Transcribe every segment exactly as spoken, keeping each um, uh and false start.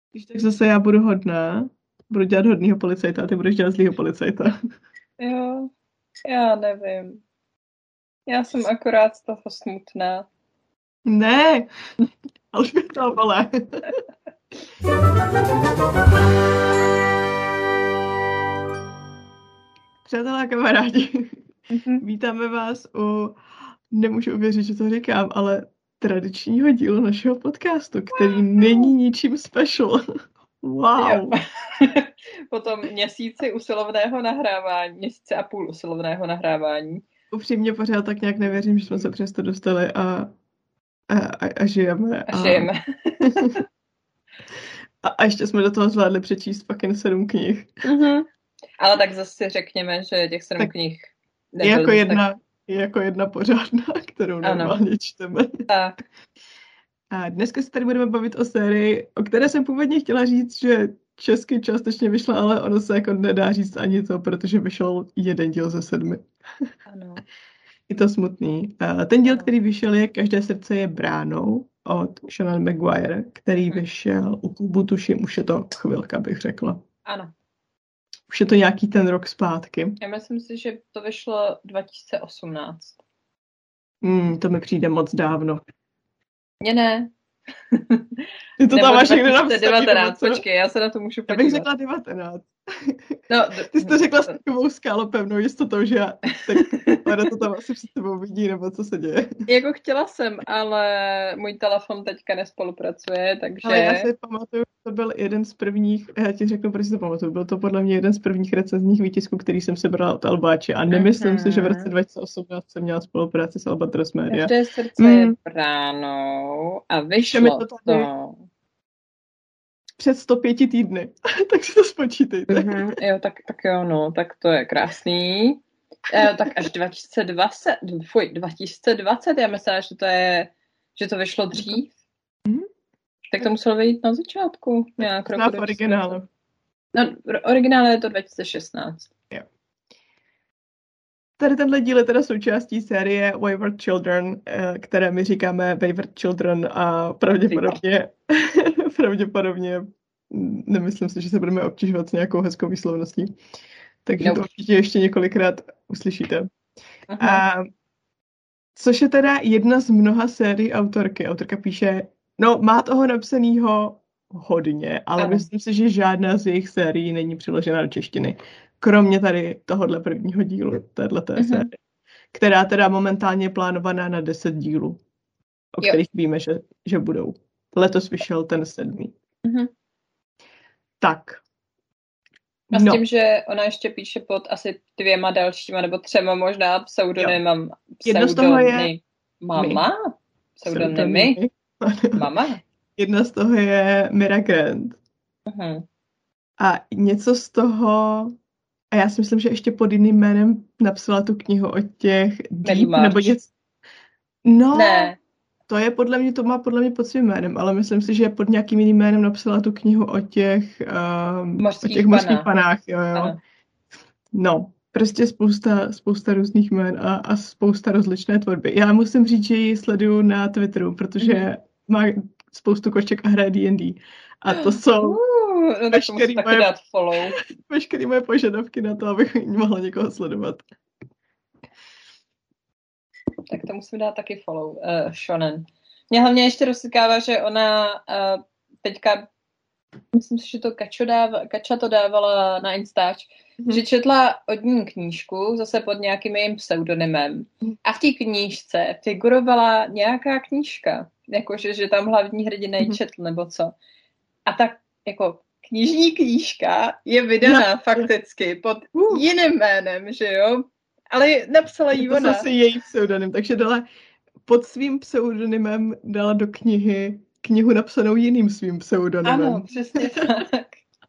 Když tak zase já budu hodná, budu dělat hodnýho policajta a ty budeš dělat zlýho policajta. Jo, já nevím. Já jsem akorát z toho smutná. Ne, Alžběta, vole. Přátelé a kamarádi, Mhm. vítáme vás u, nemůžu uvěřit, že to říkám, ale tradičního dílu našeho podcastu, který není ničím special. Wow. Jo. Po tom měsíci usilovného nahrávání, měsíce a půl usilovného nahrávání. Upřímně pořád tak nějak nevěřím, že jsme se přesto dostali a, a, a, a žijeme. A žijeme. A, a ještě jsme do toho zvládli přečíst fucking sedm knih. Mhm. Ale tak zase řekněme, že těch sedm Tak knih je jako, tak... jedna, je jako jedna pořádná, kterou normálně ano. čteme. Tak. A dneska se tady budeme bavit o sérii, o které jsem původně chtěla říct, že česky částečně vyšla, ale ono se jako nedá říct ani to, protože vyšel jeden díl ze sedmi. Ano. Je to smutný. A ten díl, který vyšel, je Každé srdce je bránou od Seanan McGuire, který vyšel u klubu, tuším, už je to chvilka, bych řekla. Ano. Už je to nějaký ten rok zpátky. Já myslím si, že to vyšlo dva tisíce osmnáct. Hmm, to mi přijde moc dávno. Mně ne. Ty to tam máš někde napsaný. devatenáct, počkej, já se na to můžu podívat. Já bych řekla devatenáct. No, ty jsi to řekla s takovou skálopevnou jistotou, že já tak Lada to tam asi před tebou vidí, nebo co se děje. Jako chtěla jsem, ale můj telefon teďka nespolupracuje, takže... Ale já si pamatuju, to byl jeden z prvních, já ti řeknu, proč si to pamatuju, byl to podle mě jeden z prvních recenzních výtisků, který jsem si brala od Albáče a nemyslím uh-huh. si, že v roce dva tisíce osmnáct jsem měla spolupráci s Albatros Media. Každé srdce mm. je bránou a vyšlo to... to... před sto pěti týdny, tak si to spočítejte. Uh-huh. Jo, tak, tak jo, no, tak to je krásný. E, tak až dva tisíce dvacet, fuj, dva tisíce dvacet, já myslím, že to je, že to vyšlo dřív. Mm-hmm. Tak to muselo vyjít na začátku. Nějak v originále. No, originále je to dva tisíce šestnáct. Jo. Tady tenhle díl je teda součástí série Wayward Children, které my říkáme Wayward Children a pravděpodobně, pravděpodobně nemyslím si, že se budeme obtěžovat s nějakou hezkou výslovností. Takže nope. To určitě ještě několikrát uslyšíte. A, což je teda jedna z mnoha sérií autorky. Autorka píše, no má toho napsanýho hodně, ale ano. Myslím si, že žádná z jejich sérií není přeložena do češtiny. Kromě tady tohohle prvního dílu, téhleté uh-huh. série, která teda momentálně je plánovaná na deset dílů, o kterých jo. Víme, že, že budou. Letos vyšel ten sedmý. Uh-huh. Tak. A s no. tím, že ona ještě píše pod asi dvěma dalšíma, nebo třema možná pseudonymem. Jedno z toho je... Mama? Pseudonymy? Mama? Jedna z toho je Mira Grant. Uh-huh. A něco z toho... A já si myslím, že ještě pod jiným jménem napsala tu knihu o těch Deep, nebo něco... No, ne. to je podle mě, to má podle mě pod svým jménem, ale myslím si, že pod nějakým jiným jménem napsala tu knihu o těch, um, o těch mořských panách. Jo, jo. No, prostě spousta, spousta různých jmén a, a spousta rozličné tvorby. Já musím říct, že ji sleduju na Twitteru, protože mm. má spoustu koček a hraje D and D. A to jsou uh, no, veškerý, moje, dát follow. veškerý moje požadavky na to, abych mohla někoho sledovat. Tak to musím dát taky follow, uh, Shonen. Mě hlavně ještě rozsykává, že ona uh, teďka, myslím si, že to Kača, dáva, Kača to dávala na Instač, mm. že četla od ní knížku, zase pod nějakým jejím pseudonymem. Mm. A v té knížce figurovala nějaká knížka, jakože, že tam hlavní hrdina ji četl, nebo co. A tak jako knižní knížka je vydaná no. fakticky pod uh. jiným jménem, že jo? Ale napsala jí ona. To zase její pseudonym, takže dala pod svým pseudonymem dala do knihy knihu napsanou jiným svým pseudonymem. Ano, přesně tak.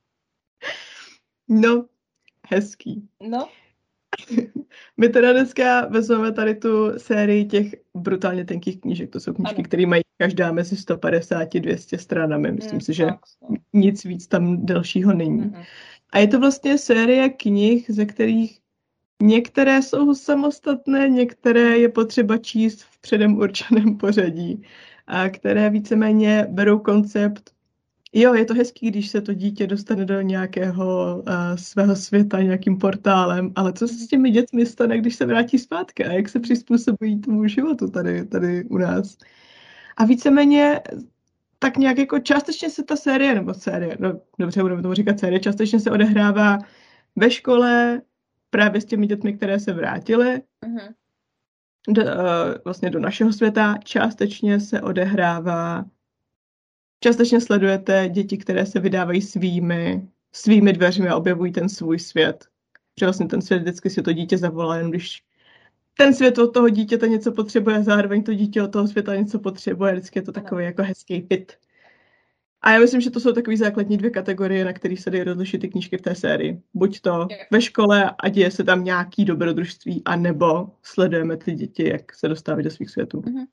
No, hezký. No. My teda dneska vezmeme tady tu sérii těch brutálně tenkých knížek. To jsou knížky, které mají každá mezi sto padesát a dvě stě stranami. Myslím mm, si, že no. nic víc tam delšího není. Mm-hmm. A je to vlastně série knih, ze kterých některé jsou samostatné, některé je potřeba číst v předem určeném pořadí, a které víceméně berou koncept Jo, je to hezký, když se to dítě dostane do nějakého uh, svého světa nějakým portálem, ale co se s těmi dětmi stane, když se vrátí zpátky a jak se přizpůsobují tomu životu tady, tady u nás. A víceméně tak nějak jako částečně se ta série, nebo série, no dobře, budeme tomu říkat série, částečně se odehrává ve škole právě s těmi dětmi, které se vrátily Mhm. do, uh, vlastně do našeho světa, částečně se odehrává Částečně sledujete děti, které se vydávají svými, svými dveřmi a objevují ten svůj svět. Že vlastně ten svět vždycky si to dítě zavolá, jen když ten svět od toho dítěte něco potřebuje, zároveň to dítě od toho světa něco potřebuje, vždycky je to takový jako hezký pit. A já myslím, že to jsou takové základní dvě kategorie, na kterých se dají rozlišit ty knížky v té sérii. Buď to ve škole a děje se tam nějaký dobrodružství, anebo sledujeme ty děti, jak se dostávají do svých světů. Mhm.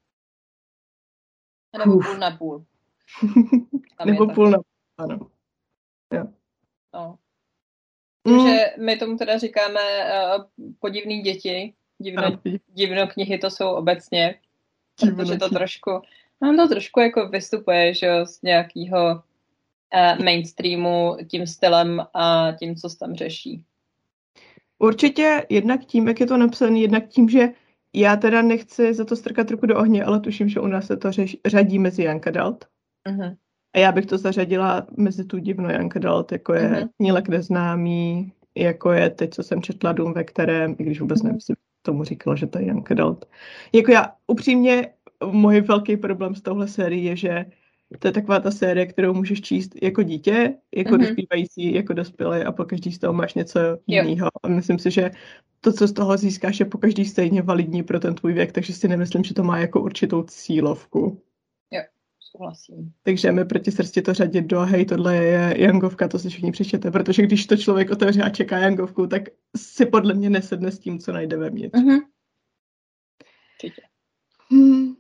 A nebo půl na půl. Nebo půl na půl, ano. Jo. No. Takže my tomu teda říkáme uh, podivný děti. Divno, divno knihy to jsou obecně. Divno protože to trošku, no to trošku jako vystupuje, že jo, z nějakého uh, mainstreamu tím stylem a tím, co se tam řeší. Určitě jednak tím, jak je to napsané, jednak tím, že já teda nechci za to strkat ruku do ohně, ale tuším, že u nás se to řeš, řadí mezi young adult. Uh-huh. A já bych to zařadila mezi tu divnou young adult, jako je uh-huh. Nílek neznámý, jako je teď, co jsem četla Dům, ve kterém, i když vůbec nevím, si tomu říkala, že to je young adult. Jako já upřímně, můj velký problém s touhle sérií je, že to je taková ta série, kterou můžeš číst jako dítě, jako uh-huh. dospívající, jako dospělý a pokaždý z toho máš něco jiného. A myslím si, že to, co z toho získáš, je pokaždý stejně validní pro ten tvůj věk, takže si nemyslím, že to má jako určitou cílovku. Jo, souhlasím. Takže mi proti srsti to řadit do hej, tohle je jangovka, to si všichni přečtěte, protože když to člověk otevře a čeká jangovku, tak si podle mě nesedne s tím, co najde vevnitř. Uh-huh. Určitě. Hmm.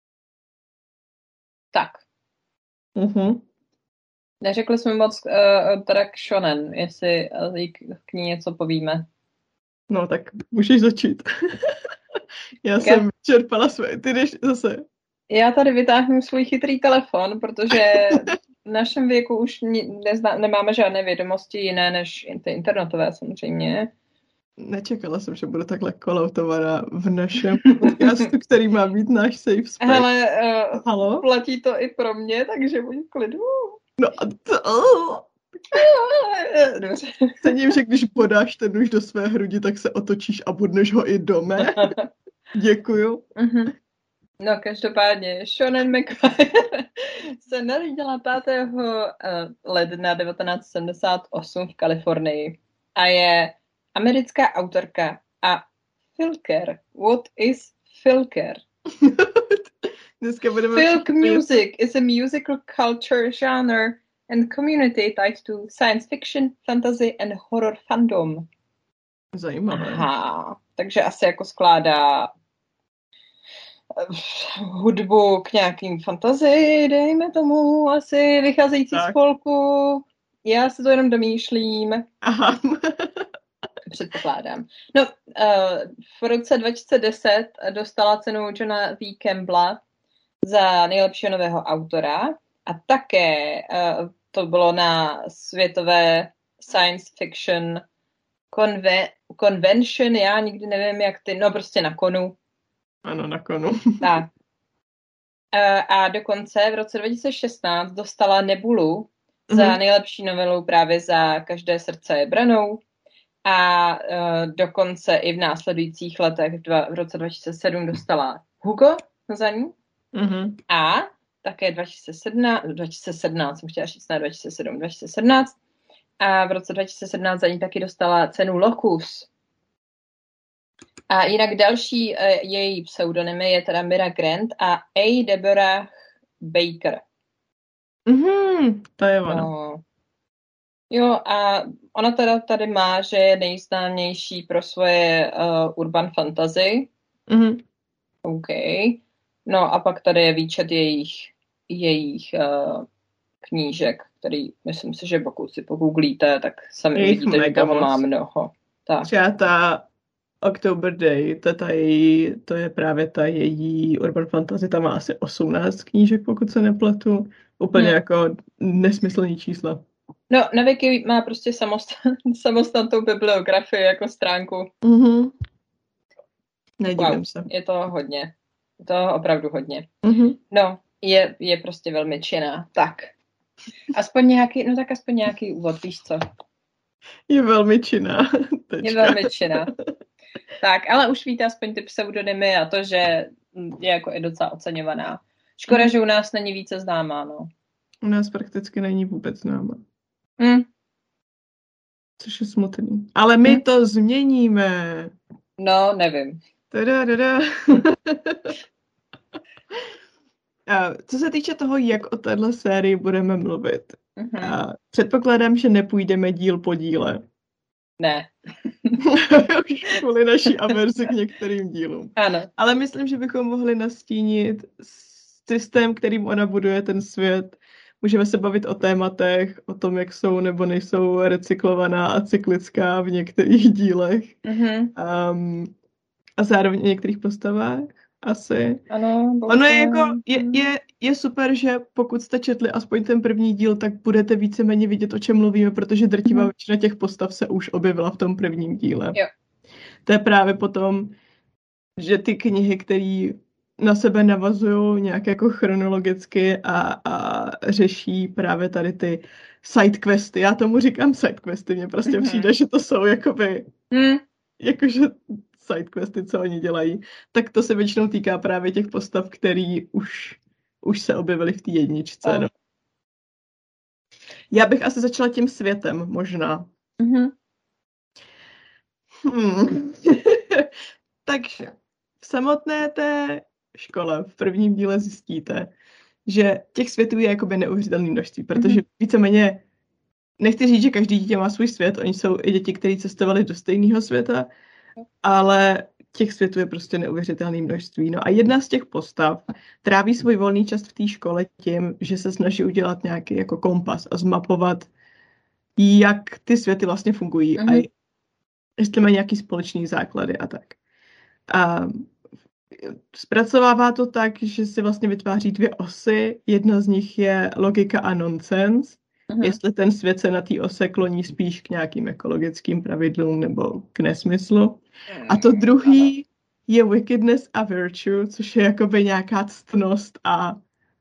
Tak. Uh-huh. Neřekli jsme moc uh, teda k shonen, jestli uh, k ní něco povíme. No tak můžeš začít. Já tak jsem já... čerpala své, ty jdeš zase. Já tady vytáhnu svůj chytrý telefon, protože v našem věku už nezna, nemáme žádné vědomosti jiné než ty internetové samozřejmě. Nečekala jsem, že budu takhle kolautovaná v našem podcastu, který má být náš safe space. Hele, uh, Halo? Platí to i pro mě, takže buď v klidu. No a to... Dobře. Cením, že když podáš ten nůž do své hrudi, tak se otočíš a bodneš ho i do mé. Děkuju. Uh-huh. No, každopádně, Shonen Maguire se narodila pátého ledna devatenáct set sedmdesát osm v Kalifornii a je americká autorka a filker. What is filker? Filk music is a musical culture genre and community tied to science fiction, fantasy and horror fandom. Zajímavé. Aha, takže asi jako skládá hudbu k nějakým fantazii, dejme tomu, asi vycházející tak z folku. Já si to jenom domýšlím. Aha. Předpokládám. No, uh, v roce dva tisíce deset dostala cenu Johna V. Campbella za nejlepšího nového autora a také uh, to bylo na světové science fiction conve- convention, já nikdy nevím, jak ty, no prostě na konu. Ano, na konu. Tak. Uh, a dokonce v roce dva tisíce šestnáct dostala Nebulu mm-hmm. za nejlepší novelu právě za Každé srdce je branou. A uh, dokonce i v následujících letech v, dva, v roce dva tisíce sedm dostala Hugo za ní. Mm-hmm. A také dva tisíce sedmnáct, dva tisíce sedmnáct jsem chtěla říct, ne dva tisíce sedm, dva tisíce sedmnáct. A v roce dva tisíce sedmnáct za ní taky dostala cenu Locus. A jinak další uh, její pseudonymy je teda Mira Grant a A. Deborah Baker. Mhm, to je ono. No. Jo, a ona teda tady má, že je nejznámější pro svoje uh, urban fantasy. Mhm. OK. No a pak tady je výčet jejich, jejich uh, knížek, který myslím si, že pokud si pogooglíte, tak sami uvidíte, že toho má mnoho. Tak. Třeba ta October Day, to je, ta její, to je právě ta její urban fantasy, tam má asi osmnáct knížek, pokud se nepletu. Úplně Hmm. jako nesmyslný čísla. No, na Wiki má prostě samost, samostatnou bibliografii jako stránku. Mhm. Nedivím Wow, se. je to hodně. Je to opravdu hodně. Mhm. No, je, je prostě velmi činná. Tak. Aspoň nějaký, no tak aspoň nějaký úvod, víš co? Je velmi činná. Je velmi činná. Tak, ale už víte aspoň ty pseudonymy a to, že je jako i docela oceňovaná. Škoda, mm. že u nás není více známá, no. U nás prakticky není vůbec známá. Mm. Což je smutný. Ale my mm. to změníme. No, nevím. Tadadada. A co se týče toho, jak o téhle sérii budeme mluvit, mm-hmm. a předpokládám, že nepůjdeme díl po díle. Ne. Už kvůli naší averzi k některým dílům. Ano. Ale myslím, že bychom mohli nastínit systém, kterým ona buduje ten svět. Můžeme se bavit o tématech, o tom, jak jsou nebo nejsou recyklovaná a cyklická v některých dílech. Mm-hmm. Um, a zároveň o některých postavách. Asi. Ano, ono je jako, je, je, je super, že pokud jste četli aspoň ten první díl, tak budete víceméně vidět, o čem mluvíme, protože drtivá mm. většina těch postav se už objevila v tom prvním díle. Jo. To je právě potom, že ty knihy, které na sebe navazují nějak jako chronologicky a, a řeší právě tady ty sidequesty. Já tomu říkám sidequesty, mně prostě mm-hmm. přijde, že to jsou jakoby mm. jakože sidequesty, co oni dělají, tak to se většinou týká právě těch postav, který už, už se objevily v té jedničce. Oh. No. Já bych asi začala tím světem, možná. Mm-hmm. Hmm. Takže v samotné té škole v prvním díle zjistíte, že těch světů je jakoby neuvěřitelné množství, protože mm-hmm. víceméně, nechci říct, že každý dítě má svůj svět, oni jsou i děti, které cestovali do stejného světa, ale těch světů je prostě neuvěřitelné množství. No a jedna z těch postav tráví svůj volný čas v té škole tím, že se snaží udělat nějaký jako kompas a zmapovat, jak ty světy vlastně fungují mm-hmm. a jestli mají nějaký společný základy a tak. A zpracovává to tak, že si vlastně vytváří dvě osy. Jedna z nich je logika a nonsense. Mm-hmm. Jestli ten svět se na té ose kloní spíš k nějakým ekologickým pravidlům nebo k nesmyslu. A to druhý je wickedness a virtue, což je jakoby nějaká ctnost a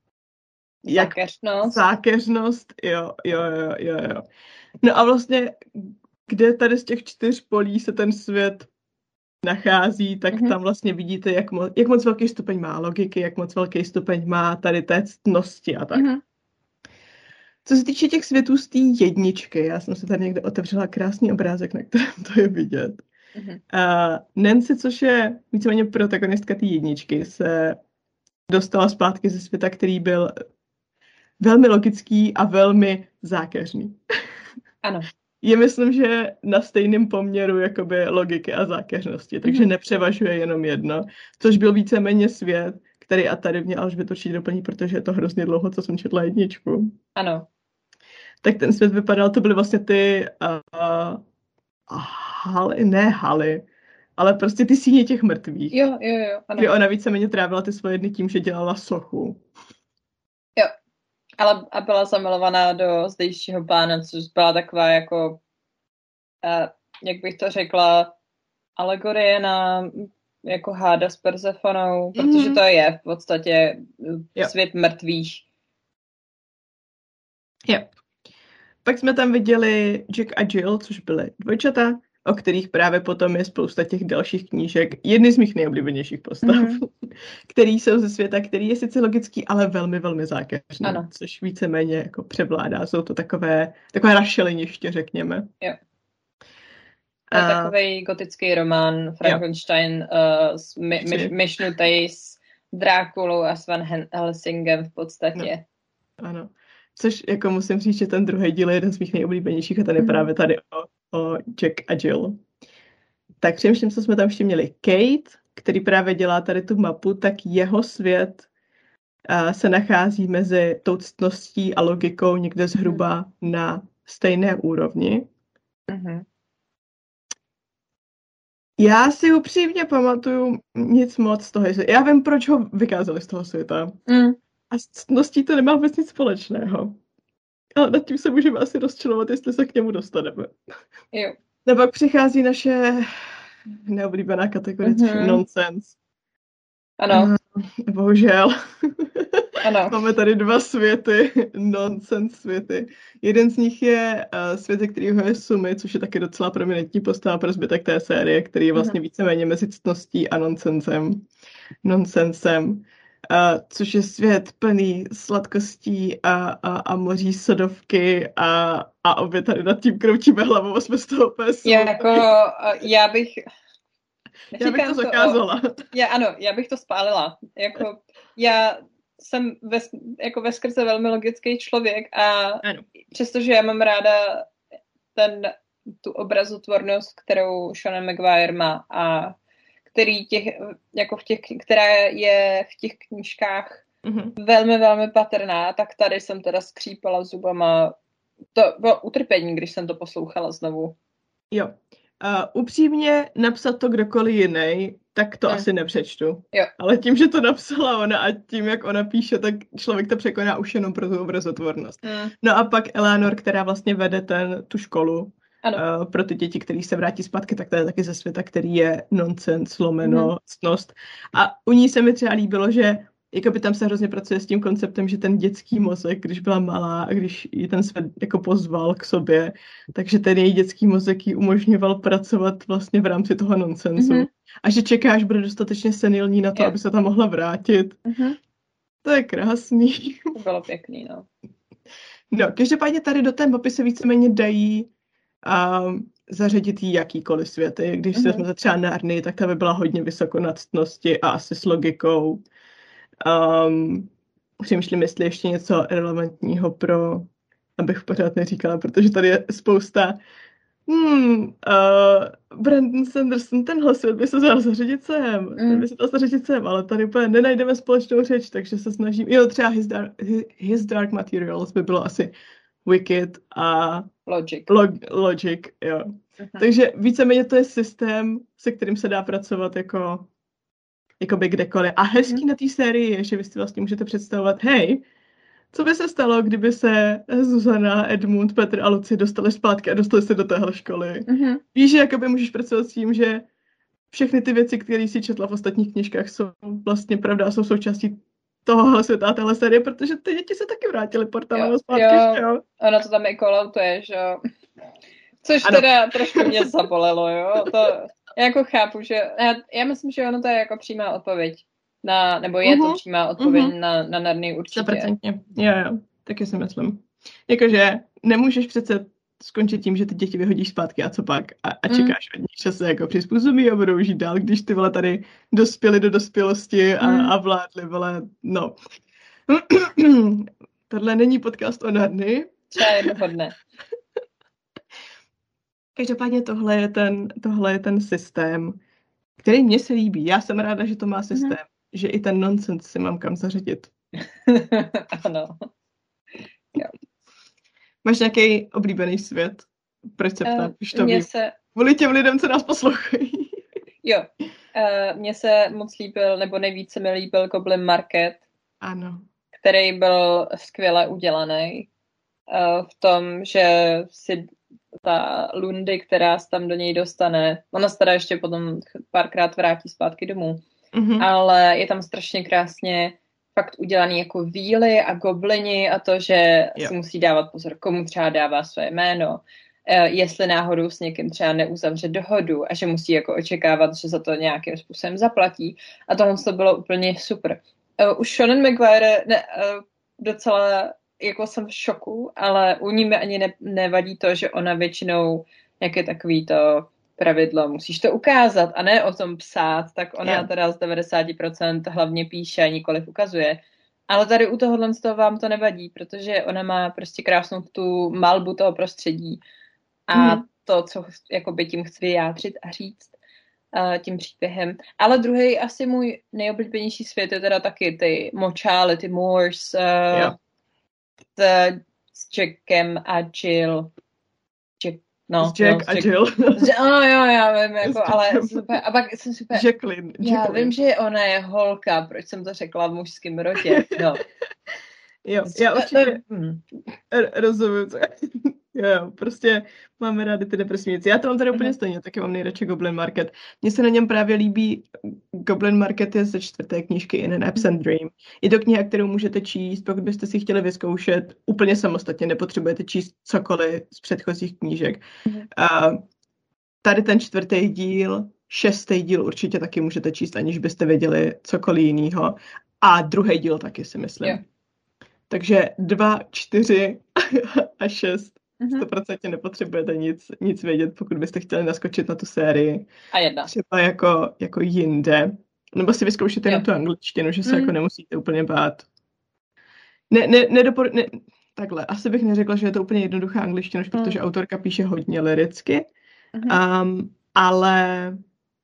jak zákeřnost. Zákeřnost, jo, jo, jo, jo, jo. No a vlastně, kde tady z těch čtyř polí se ten svět nachází, tak mm-hmm. tam vlastně vidíte, jak, mo- jak moc velký stupeň má logiky, jak moc velký stupeň má tady té ctnosti a tak. Mm-hmm. Co se týče těch světů z té jedničky, já jsem se tady někde otevřela krásný obrázek, na kterém to je vidět. Mm-hmm. Uh, Nancy, což je víceméně protagonistka té jedničky, se dostala zpátky ze světa, který byl velmi logický a velmi zákeřný. Ano. Je myslím, že na stejném poměru jakoby logiky a zákeřnosti, takže mm-hmm. nepřevažuje jenom jedno, což byl víceméně svět, který a tady mě Alžbět určitě doplní, protože je to hrozně dlouho, co jsem četla jedničku. Ano. Tak ten svět vypadal, to byly vlastně ty uh, uh, haly, ne haly, ale prostě ty síně těch mrtvých. Jo, jo, jo. Ano. Kdy ona víceméně trávila ty svoje dny tím, že dělala sochu. Jo, ale a byla zamilovaná do zdejšího pána, což byla taková jako, uh, jak bych to řekla, alegorie na jako háda s Persefonou, mm-hmm. protože to je v podstatě jo. svět mrtvých. Jo. Pak jsme tam viděli Jack a Jill, což byly dvojčata, o kterých právě potom je spousta těch dalších knížek. Jedny z mých nejoblíbenějších postav, mm-hmm. který jsou ze světa, který je sice logický, ale velmi, velmi zákeřný, ano. Což víceméně jako převládá. Jsou to takové, takové rašeliniště, řekněme. Jo. To je a... takový gotický román Frankenstein uh, s my, my, myšnutej s Drákulou a s Van Helsingem v podstatě. No. Ano. Což jako musím říct, že ten druhý díl je jeden z mých nejoblíbenějších a ten je mm. právě tady o, o Jack a Jill. Tak přemýšlím, co jsme tam ještě měli. Kate, který právě dělá tady tu mapu, tak jeho svět uh, se nachází mezi tou ctností a logikou někde zhruba mm. na stejné úrovni. Mm-hmm. Já si upřímně pamatuju nic moc z toho. Já vím, proč ho vykázali z toho světa. Mm. A s ctností to nemá vůbec nic společného. Ale nad tím se můžeme asi rozčilovat, jestli se k němu dostaneme. Jo. Nebo přichází naše neoblíbená kategorie mm-hmm. nonsense. Ano. Uh, bohužel. Ano. Máme tady dva světy, nonsense světy. Jeden z nich je uh, svět, kterýho je Sumi, což je taky docela prominentní postava pro zbytek té série, který je vlastně mm-hmm. víceméně mezi ctností a nonsensem. Nonsensem. Uh, což je svět plný sladkostí a, a, a moří sodovky a, a obě tady nad tím kroučíme hlavou a jsme z toho pesu. Jako, já bych... Já bych to zakázala. To, já, ano, já bych to spálila. Jako, já jsem ve, jako ve skrze velmi logický člověk a ano. Přestože já mám ráda ten, tu obrazotvornost, kterou Seanan McGuire má a který těch, jako v těch, která je v těch knížkách mm-hmm. velmi, velmi patrná, tak tady jsem teda skřípala zubama. To bylo utrpení, když jsem to poslouchala znovu. Jo. Uh, upřímně napsat to kdokoliv jiný, tak to hmm. asi nepřečtu. Jo. Ale tím, že to napsala ona a tím, jak ona píše, tak člověk to překoná už jenom pro tu obrazotvornost. Hmm. No a pak Eleanor, která vlastně vede ten, tu školu uh, pro ty děti, který se vrátí zpátky, tak to je taky ze světa, který je nonsense, lomeno, hmm. ctnost. A u ní se mi třeba líbilo, že jakoby tam se hrozně pracuje s tím konceptem, že ten dětský mozek, když byla malá a když ji ten svět jako pozval k sobě, takže ten její dětský mozek jí umožňoval pracovat vlastně v rámci toho nonsensu. Mm-hmm. A že čeká, až bude dostatečně senilní na to, yeah. aby se tam mohla vrátit. Mm-hmm. To je krásný. To bylo pěkný, no. No, každopádně tady do té mapy se víceméně dají um, zařadit jí jakýkoliv světy. Když mm-hmm. jsme třeba Narny, tak ta by byla hodně vysoko nad ctnosti a asi s logikou. Um, přemýšlím, jestli ještě něco relevantního pro, abych pořád neříkala, protože tady je spousta hmm, uh, Brandon Sanderson, tenhle svět by se dal zařadit sem, mm. ten by se dal zařadit sem, ale tady úplně nenajdeme společnou řeč, takže se snažím, jo, třeba His Dark, his dark Materials by bylo asi Wicked a Logic, log, logic jo. Uh-huh. Takže víceméně to je systém, se kterým se dá pracovat jako jakoby kdekoliv. A hezký mm. na té sérii je, že vy si vlastně můžete představovat, hej, co by se stalo, kdyby se Zuzana, Edmund, Petr a Lucie dostali zpátky a dostali se do téhle školy. Mm-hmm. Víš, že jakoby můžeš pracovat s tím, že všechny ty věci, které jsi četla v ostatních knížkách, jsou vlastně pravda a jsou součástí tohohle světa, téhle série, protože ty děti se taky vrátily portálem zpátky, jo, jo. Ono to tam i kolautuje, že jo. Což ano. Teda trošku mě zabolelo, jo. To... Já jako chápu, že... Já, já myslím, že ono to je jako přímá odpověď. Na, nebo je uh-huh. to přímá odpověď uh-huh. na, na Narny určitě. sto procent. Jo, jo. Taky si myslím. Jakože nemůžeš přece skončit tím, že ty děti vyhodíš zpátky a co pak? A, a čekáš mm. od nich, že se jako přizpůsobí a budou žít dál, když ty vole tady dospěli do dospělosti a, mm. a vládli, vole, no. Tohle není podcast o Narny. Třeba jednoho dne. Každopádně tohle je, ten, tohle je ten systém, který mně se líbí. Já jsem ráda, že to má systém. Mm. Že i ten nonsense si mám kam zařadit. Ano. Jo. Máš nějaký oblíbený svět? Proč se ptám? Už to vím. Se... Kvůli těm lidem, co nás poslouchají. Jo. Uh, mně se moc líbil, nebo nejvíce mi líbil Goblin Market. Ano. Který byl skvěle udělaný. Uh, v tom, že si ta Lundy, která se tam do něj dostane, ona se teda ještě potom párkrát vrátí zpátky domů. Mm-hmm. Ale je tam strašně krásně fakt udělaný jako víly a goblini a to, že jo. si musí dávat pozor, komu třeba dává své jméno, jestli náhodou s někým třeba neuzavře dohodu a že musí jako očekávat, že za to nějakým způsobem zaplatí. A tohle to bylo úplně super. Už Seanan McGuire ne, docela jako jsem v šoku, ale u ní mi ani ne, nevadí to, že ona většinou jak je takový to pravidlo, musíš to ukázat a ne o tom psát, tak ona yeah. teda z devadesát procent hlavně píše a nikoliv ukazuje. Ale tady u tohohle z toho vám to nevadí, protože ona má prostě krásnou tu malbu toho prostředí a mm. to, co jakoby tím chci vyjádřit a říct uh, tím příběhem. Ale druhý asi můj nejoblíbenější svět je teda taky ty močály, ty Moors uh, yeah. s, s Jackem a Jill. Jack, No, Jack no, a Jill. No, jo, já vím, jako, ale super, a pak jsem super... Jacqueline. Já Jacqueline. vím, že ona je holka, proč jsem to řekla v mužském rodě, no. Jo, já určitě rozumím. Jo, jo, prostě máme rádi ty depresivní věci. Já to mám tady úplně stejně, taky mám nejradši Goblin Market. Mně se na něm právě líbí, Goblin Market je ze čtvrté knížky In an Absent Dream. Je to kniha, kterou můžete číst, pokud byste si chtěli vyzkoušet úplně samostatně, nepotřebujete číst cokoliv z předchozích knížek. A tady ten čtvrtý díl, šestý díl určitě taky můžete číst, aniž byste věděli cokoliv jinýho. A druhý díl taky si myslím. Jo. Takže dva, čtyři a šest. sto procent nepotřebujete nic, nic vědět, pokud byste chtěli naskočit na tu sérii. A jedna. Třeba jako, jako jinde. Nebo si vyzkoušet jenom tu angličtinu, že se mm. jako nemusíte úplně bát. Ne, ne, nedopor... ne, takhle, asi bych neřekla, že je to úplně jednoduchá angličtina, mm. protože autorka píše hodně liricky. Mm-hmm. Um, ale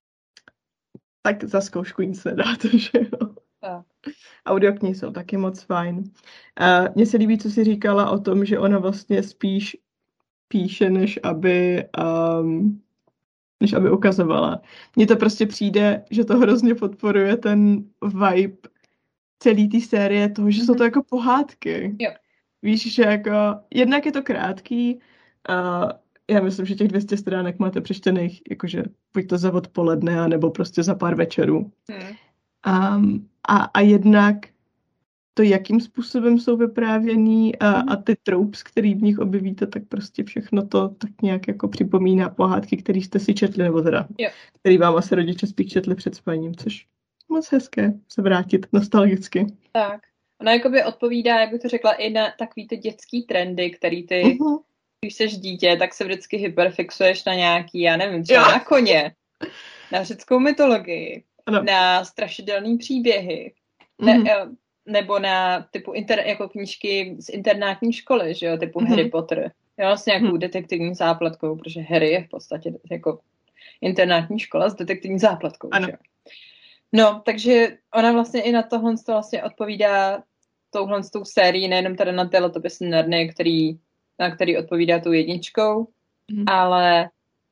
tak za zkoušku nic nedáte, že jo. Tak. Audioknihy jsou taky moc fajn. Uh, mně se líbí, co jsi říkala o tom, že ona vlastně spíš píše, než aby, um, než aby ukazovala. Mně to prostě přijde, že to hrozně podporuje ten vibe celý té série toho, že mm-hmm. jsou to jako pohádky. Jo. Víš, že jako, jednak je to krátký, uh, já myslím, že těch dvě stě stránek máte přečtených, jakože buď to za odpoledne, nebo prostě za pár večerů. Hmm. Um, a, a jednak to, jakým způsobem jsou vyprávěný a, hmm. a ty tropes, který v nich objevíte, tak prostě všechno to tak nějak jako připomíná pohádky, které jste si četli, nebo teda, jo. který vám asi rodiče spíš četli před spaním, což moc hezké se vrátit nostalgicky. Tak. Ona jakoby odpovídá, jak bych to řekla, i na takový ty dětský trendy, který ty, uh-huh. když jsi dítě, tak se vždycky hyperfixuješ na nějaký, já nevím, třeba jo. na koně, na řeckou mytologii, ano. na strašidelný příběhy, uh-huh. ne, nebo na typu inter, jako knížky z internátní školy, že jo, typu uh-huh. Harry Potter, jo, s nějakou uh-huh. detektivní zápletkou, protože Harry je v podstatě jako internátní škola s detektivní zápletkou, ano. že jo. No, takže ona vlastně i na tohle vlastně odpovídá touhle s tou sérií, nejenom teda na ty letopisy Narnie, který, na který odpovídá tou jedničkou, mm. ale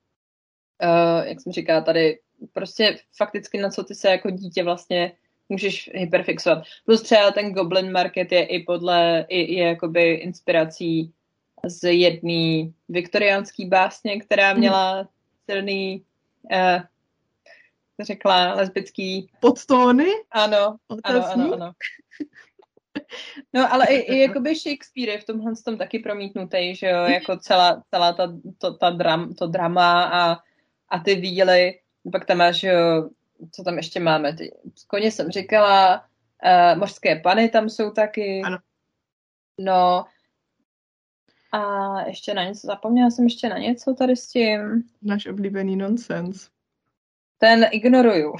uh, jak jsem říkala tady, prostě fakticky na co ty se jako dítě vlastně můžeš hyperfixovat. Plus třeba ten Goblin Market je i podle, i, je jakoby inspirací z jedné viktoriánské básně, která měla silný uh, řekla lesbický... Podtóny? Ano, ano, ano, ano. No, ale i, i jakoby Shakespeare je v tomhle tom taky promítnutý, že jo, jako celá, celá ta, to, ta dram, to drama a, a ty víly. Pak tam máš, jo, co tam ještě máme? Ty, koně jsem říkala, uh, mořské pany tam jsou taky. Ano. No, a ještě na něco, zapomněla jsem ještě na něco tady s tím. Náš oblíbený nonsens. Ten ignoruju.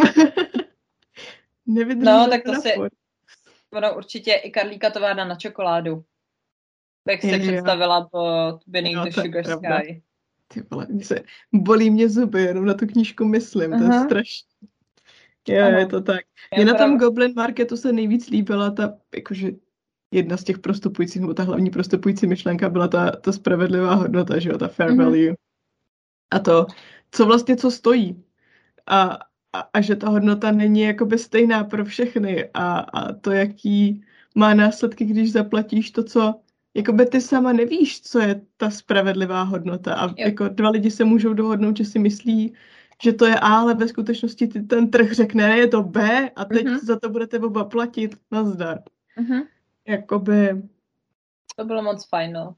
No, tak to si... Ono určitě i Karlíka továrna na čokoládu. Jak se představila pod Beneath the Sugar Sky. Ty vole, se bolí mě zuby, jenom na tu knížku myslím, Aha. to je strašně. Jo, ano. Je to tak. Mně na tom Goblin Marketu se nejvíc líbila ta, jakože jedna z těch prostupujících, nebo ta hlavní prostupující myšlenka byla ta, ta spravedlivá hodnota, že jo, ta fair mm-hmm. value. A to, co vlastně co stojí. A, a, a že ta hodnota není jakoby stejná pro všechny a, a to, jaký má následky, když zaplatíš to, co jakoby ty sama nevíš, co je ta spravedlivá hodnota a jo. Jako dva lidi se můžou dohodnout, že si myslí, že to je A, ale ve skutečnosti ty, ten trh řekne, ne, je to B a teď uh-huh. za to budete oba platit, nazdar. Uh-huh. Jakoby... To bylo moc fajn, no.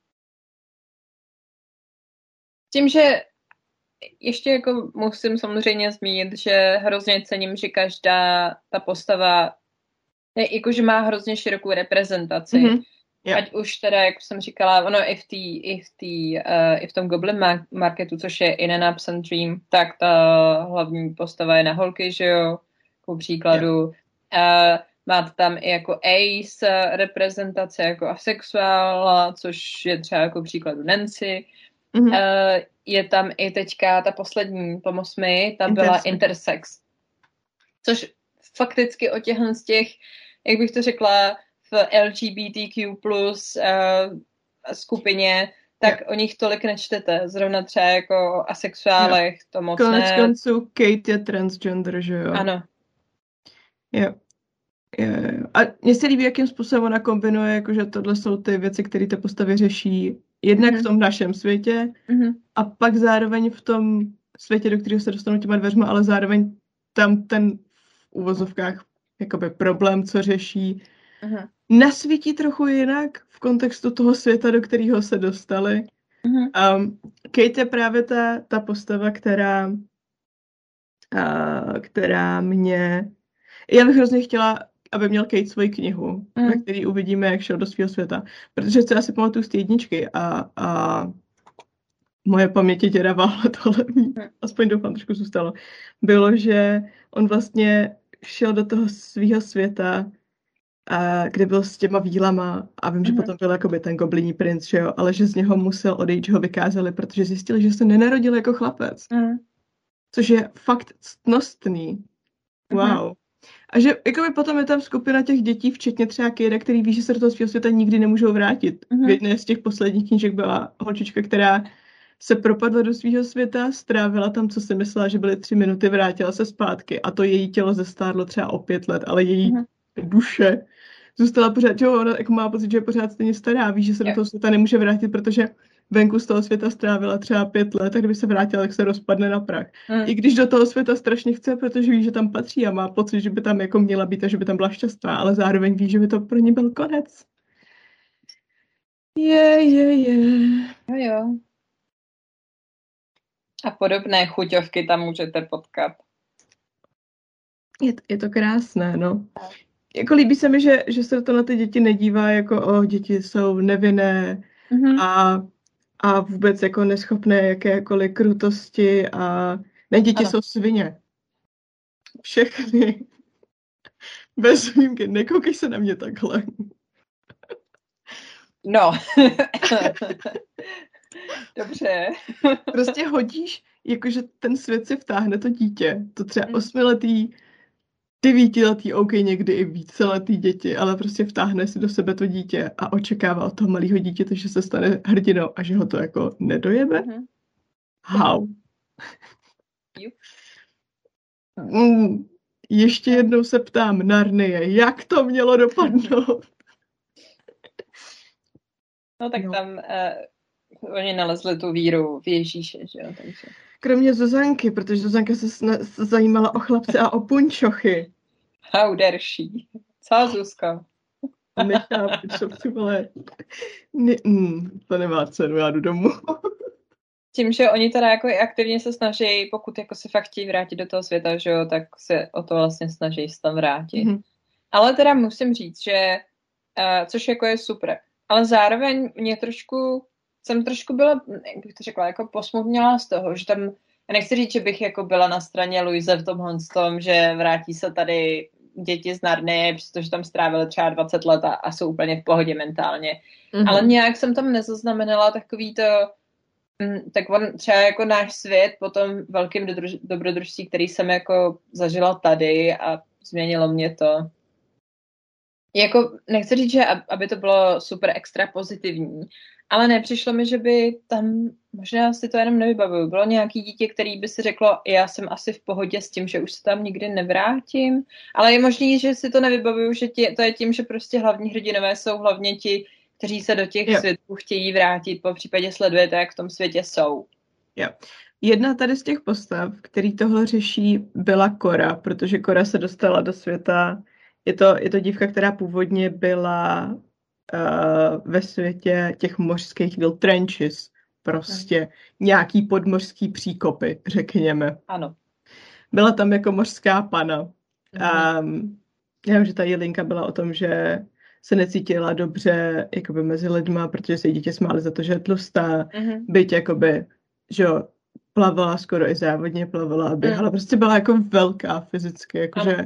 Tím, že ještě jako musím samozřejmě zmínit, že hrozně cením, že každá ta postava je, jakože má hrozně širokou reprezentaci. Mm-hmm. Yeah. Ať už teda, jak jsem říkala, ono i v, tý, i v, tý, uh, i v tom Goblin Marketu, což je In an Absent Dream, tak ta hlavní postava je na holky, že jo, jako příkladu. Yeah. Uh, máte tam i jako ace reprezentace, jako asexuála, což je třeba jako příkladu Nancy. Mm-hmm. Uh, je tam i teďka ta poslední, pomoz mi, ta byla intersex. intersex. Což fakticky o těchhle z těch, jak bych to řekla, v L G B T Q plus uh, skupině tak yeah. o nich tolik nečtete. Zrovna třeba jako o asexuálech, yeah. to moc Konec ne. Konec konců Kate je transgender, že jo? Ano. Jo. Jo, jo. A mně se líbí, jakým způsobem ona kombinuje, jakože tohle jsou ty věci, které ty postavy řeší jednak mm-hmm. v tom našem světě mm-hmm. a pak zároveň v tom světě, do kterého se dostanou těma dveřma, ale zároveň tam ten v uvozovkách jakoby problém, co řeší, mm-hmm. nasvítí trochu jinak v kontextu toho světa, do kterého se dostali. Mm-hmm. Um, Kate je právě ta, ta postava, která uh, která mě... Já bych hrozně chtěla, aby měl Kate svoji knihu, mm. ve který uvidíme, jak šel do svého světa. Protože co já si pamatuju z té jedničky a, a moje paměti děravá, ale tohle mm. aspoň doufám trošku zůstalo, bylo, že on vlastně šel do toho svého světa, a kde byl s těma vílama a vím, že mm. potom byl jakoby ten gobliní princ, že jo, ale že z něho musel odejít, že ho vykázali, protože zjistili, že se nenarodil jako chlapec. Mm. Což je fakt ctnostný. Wow. Mm. A že jakoby potom je tam skupina těch dětí, včetně třeba Kira, který ví, že se do toho svého světa nikdy nemůžou vrátit. Mm. V jedné z těch posledních knížek byla holčička, která se propadla do svého světa, strávila tam, co si myslela, že byly tři minuty, vrátila se zpátky a to její tělo zestárlo třeba o pět let, ale její mm. duše zůstala pořád, že ona jako má pocit, že je pořád stejně stará, ví, že se do toho světa nemůže vrátit, protože venku z toho světa strávila třeba pět let a kdyby se vrátila, tak se rozpadne na prach. Mm. I když do toho světa strašně chce, protože ví, že tam patří a má pocit, že by tam jako měla být a že by tam byla šťastná, ale zároveň ví, že by to pro ní byl konec. Je, je, je. Jo, jo. A podobné chuťovky tam můžete potkat. Je to, je to krásné, no. Jako líbí se mi, že, že se to na ty děti nedívá jako o děti jsou nevinné mm-hmm. a a vůbec jako neschopné jakékoliv krutosti a ne, děti ano. Jsou svině. Všechny. Bez výjimky. Nekoukej se na mě takhle. No. Dobře. Prostě hodíš, jakože ten svět si vtáhne to dítě. To třeba osmiletý, devítiletý, OK, někdy i víceletý děti, ale prostě vtáhne si do sebe to dítě a očekává od toho malého dítěte, že se stane hrdinou a že ho to jako nedojebe. Mm-hmm. How? Mm, ještě jednou se ptám, Narnie, jak to mělo dopadnout? No tak no. tam uh, oni nalezli tu víru v Ježíše, že jo, takže... Kromě Zuzanky, protože Zuzanka se sna- zajímala o chlapce a o punčochy. How dare she? Co, Zuzka? Nechápu, co ty vole. Ne- mm, to nemá cenu, já jdu domů. Tím, že oni teda jako i aktivně se snaží, pokud jako se fakt chtějí vrátit do toho světa, že jo, tak se o to vlastně snaží se tam vrátit. Mm-hmm. Ale teda musím říct, že, uh, což jako je super, ale zároveň mě trošku, jsem trošku byla, jak bych to řekla, jako posmutněla z toho, že tam, já nechci říct, že bych jako byla na straně Louise v tomhle tom, že vrátí se tady děti z Narnie, přestože tam strávili třeba dvacet let a, a jsou úplně v pohodě mentálně. Mm-hmm. Ale nějak jsem tam nezaznamenala takový to, mm, tak on třeba jako náš svět po tom velkým dobrodruž, dobrodružství, který jsem jako zažila tady a změnilo mě to. Jako, nechci říct, že aby to bylo super extra pozitivní, ale nepřišlo mi, že by tam, možná si to jenom nevybavuju, bylo nějaký dítě, který by si řeklo, já jsem asi v pohodě s tím, že už se tam nikdy nevrátím, ale je možný, že si to nevybavuju, že tě, to je tím, že prostě hlavní hrdinové jsou hlavně ti, kteří se do těch jo. světů chtějí vrátit, po případě sledujete, jak v tom světě jsou. Jo. Jedna tady z těch postav, který tohle řeší, byla Cora, protože Cora se dostala do světa. Je to, je to dívka, která původně byla uh, ve světě těch mořských vil trenches. Prostě hmm. nějaký podmořský příkopy, řekněme. Ano. Byla tam jako mořská pana. Hmm. Um, já vím, že ta Jelinka byla o tom, že se necítila dobře jakoby mezi lidma, protože se jí dítě smály za to, že je tlustá. Mm-hmm. Byť jakoby, že jo, plavala skoro i závodně, plavala a běhala. Mm. Prostě byla jako velká fyzicky, jakože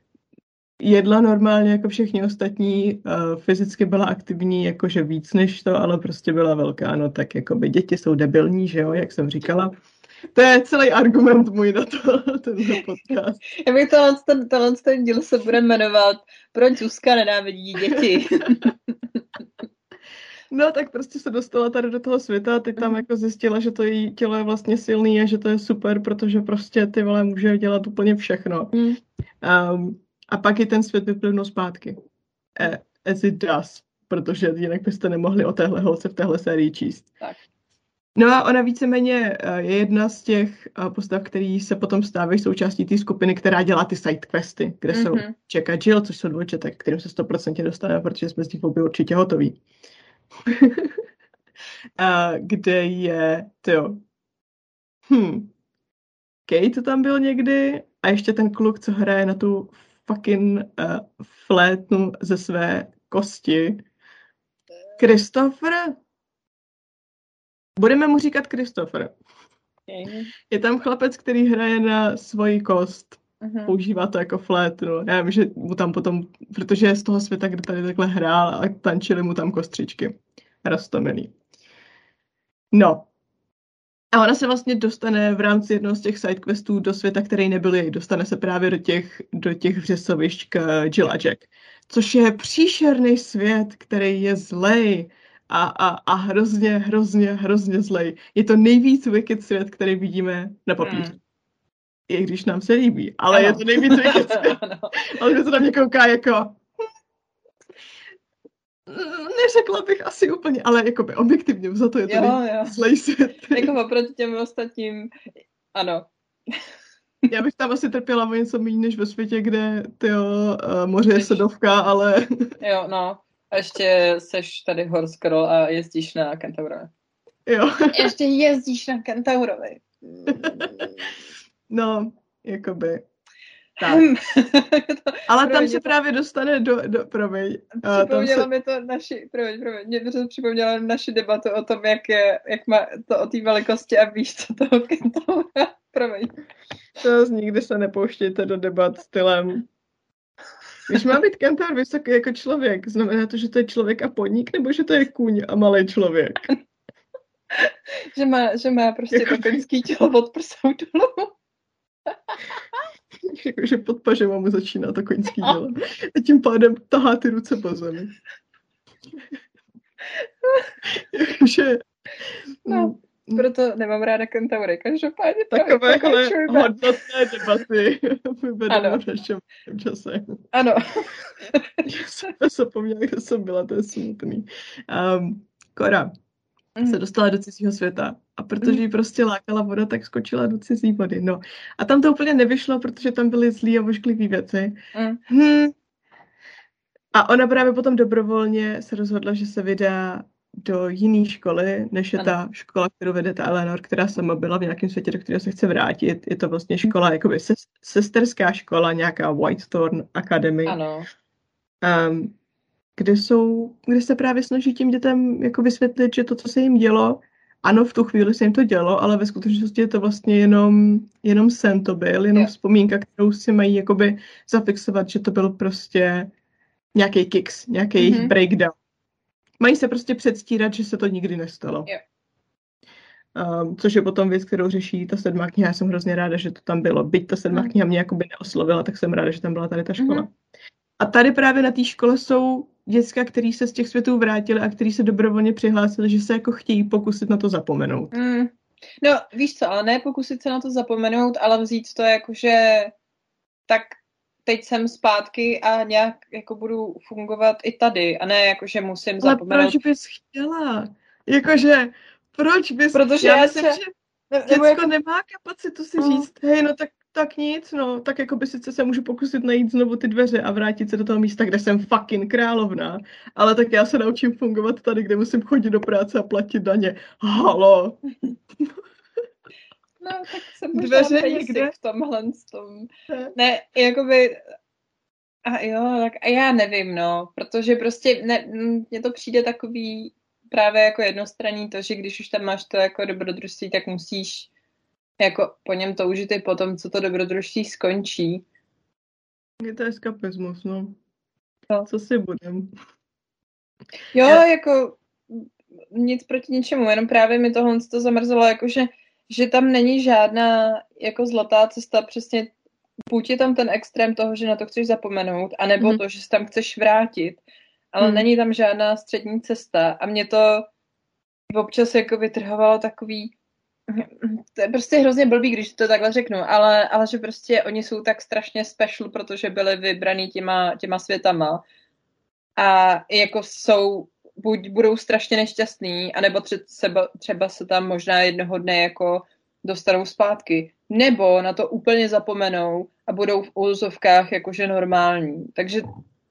jedla normálně jako všichni ostatní, uh, fyzicky byla aktivní, jakože víc než to, ale prostě byla velká. No tak jakoby děti jsou debilní, že jo, jak jsem říkala. To je celý argument můj na to, tenhle podcast. Já bych tohle, ten, tohle ten díl se bude jmenovat Proč Zuzka nenávidí děti. No, tak prostě se dostala tady do toho světa a teď tam jako zjistila, že to její tělo je vlastně silný a že to je super, protože prostě ty vole může dělat úplně všechno. Mm. Um, a pak i ten svět vyplynul zpátky. Uh, as it does. Protože jinak byste nemohli o téhle holce v téhle sérii číst. Tak. No a ona víceméně je jedna z těch postav, který se potom stávají součástí té skupiny, která dělá ty sidequesty, kde mm-hmm. jsou Jack a Jill, což jsou dvojčata, kterým se sto procent dostaneme, protože jsme z těch obě určitě hotoví. A kde je, tyjo, hm, Kate tam byl někdy a ještě ten kluk, co hraje na tu fucking uh, flétnu ze své kosti. Christopher? Budeme mu říkat Christopher. Okay. Je tam chlapec, který hraje na svoji kost. Uh-huh. Používá to jako flétnu. Já vím, že mu tam potom, protože je z toho světa, kde tady takhle hrál a tančili mu tam kostřičky. Roztomilý. No. A ona se vlastně dostane v rámci jednoho z těch sidequestů do světa, který nebyl jej. Dostane se právě do těch, do těch vřesovišť k Jill a Jack. Což je příšerný svět, který je zlej. A, a, a hrozně, hrozně, hrozně zlej. Je to nejvíc wicked svět, který vidíme na papíře. Mm. I když nám se líbí, ale ano. Je to nejvíc wicked svět. Ale mě to na mě kouká jako... Neřekla bych asi úplně, ale jakoby objektivně za to je to jo, jo. Zlej svět. Jako oproti těm ostatním, ano. Já bych tam asi trpěla o něco méně než ve světě, kde tyjo, uh, moře je sedovka, ale... Jo, no. A ještě seš tady horse girl a jezdíš na Kentaurovi. Jo. Ještě jezdíš na Kentaurovi. No, jakoby. Tak. Ale tam se to... právě dostane do... do promiň. Připomnělo se... mi to naši... Promiň, promiň. Mě to připomnělo naši debatu o tom, jak, je, jak má to o té velikosti a víš, co toho Kentaura. Promiň. To nikdy se nepouštějte do debat stylem... Když má být kentaur vysoký jako člověk, znamená to, že to je člověk a podnik, nebo že to je kůň a malý člověk? že, má, že má prostě jako... to koňský tělo od prsou dolů. Jakože pod pažema mu začíná to koňský tělo. A tím pádem tahá ty ruce po zemi. Jakože... No. Proto nemám ráda kentaury. Každopádně takovéhle hodnotné debaty vyvedeme v našem čase. Ano. Já jsem zapomněla, kde jsem byla, to je smutný. Um, Cora mm. se dostala do cizího světa a protože jí prostě lákala voda, tak skočila do cizí vody. No. A tam to úplně nevyšlo, protože tam byly zlý a ošklivý věci. Mm. Hm. A ona právě potom dobrovolně se rozhodla, že se vydá do jiné školy, než je ano. Ta škola, kterou vede ta Eleanor, která sama byla v nějakém světě, do kterého se chce vrátit. Je to vlastně škola, jakoby sesterská škola, nějaká Whitethorn Academy. Ano. Um, kde jsou, kde se právě snaží těm dětem jako vysvětlit, že to, co se jim dělo, ano, v tu chvíli se jim to dělo, ale ve skutečnosti je to vlastně jenom, jenom sen to byl, jenom yeah. vzpomínka, kterou si mají jakoby zafixovat, že to byl prostě nějaký kicks, nějaký mm-hmm. breakdown. Mají se prostě předstírat, že se to nikdy nestalo. Yeah. Um, což je potom věc, kterou řeší ta sedmá kniha. Já jsem hrozně ráda, že to tam bylo. Byť ta sedmá kniha mě jakoby neoslovila, tak jsem ráda, že tam byla tady ta škola. Mm-hmm. A tady právě na té škole jsou děcka, který se z těch světů vrátili a který se dobrovolně přihlásili, že se jako chtějí pokusit na to zapomenout. Mm. No, víš co, ale ne pokusit se na to zapomenout, ale vzít to jako, že tak teď jsem zpátky a nějak jako budu fungovat i tady a ne jako, že musím ale zapomenout. Ale proč bys chtěla? Jakože, proč bys... Protože já já myslím, se... že děcko jako... nemá kapacitu si mm. říct, hej, no tak, tak nic, no, tak jako by sice se můžu pokusit najít znovu ty dveře a vrátit se do toho místa, kde jsem fucking královna, ale tak já se naučím fungovat tady, kde musím chodit do práce a platit daně. Halo! No, tak jsem možná basic v tomhle tom. Ne, jakoby... A jo, tak a já nevím, no, protože prostě ne, mně to přijde takový právě jako jednostranný to, že když už tam máš to jako dobrodružství, tak musíš jako po něm toužit i po tom, co to dobrodružství skončí. Je to eskapismus, no. no. Co si budem? Jo, já... jako nic proti ničemu, jenom právě mi tohle to zamrzelo, jakože že tam není žádná jako zlatá cesta, přesně buď je tam ten extrém toho, že na to chceš zapomenout, anebo mm. to, že se tam chceš vrátit. ale Hmm. není tam žádná střední cesta a mě to občas jako vytrhovalo takový, to je prostě hrozně blbý, když to takhle řeknu, ale, ale že prostě oni jsou tak strašně special, protože byli vybraný těma, těma světama a jako jsou, buď budou strašně nešťastný, anebo třeba, třeba se tam možná jednoho dne jako dostanou zpátky, nebo na to úplně zapomenou a budou v úzovkách jakože normální. Takže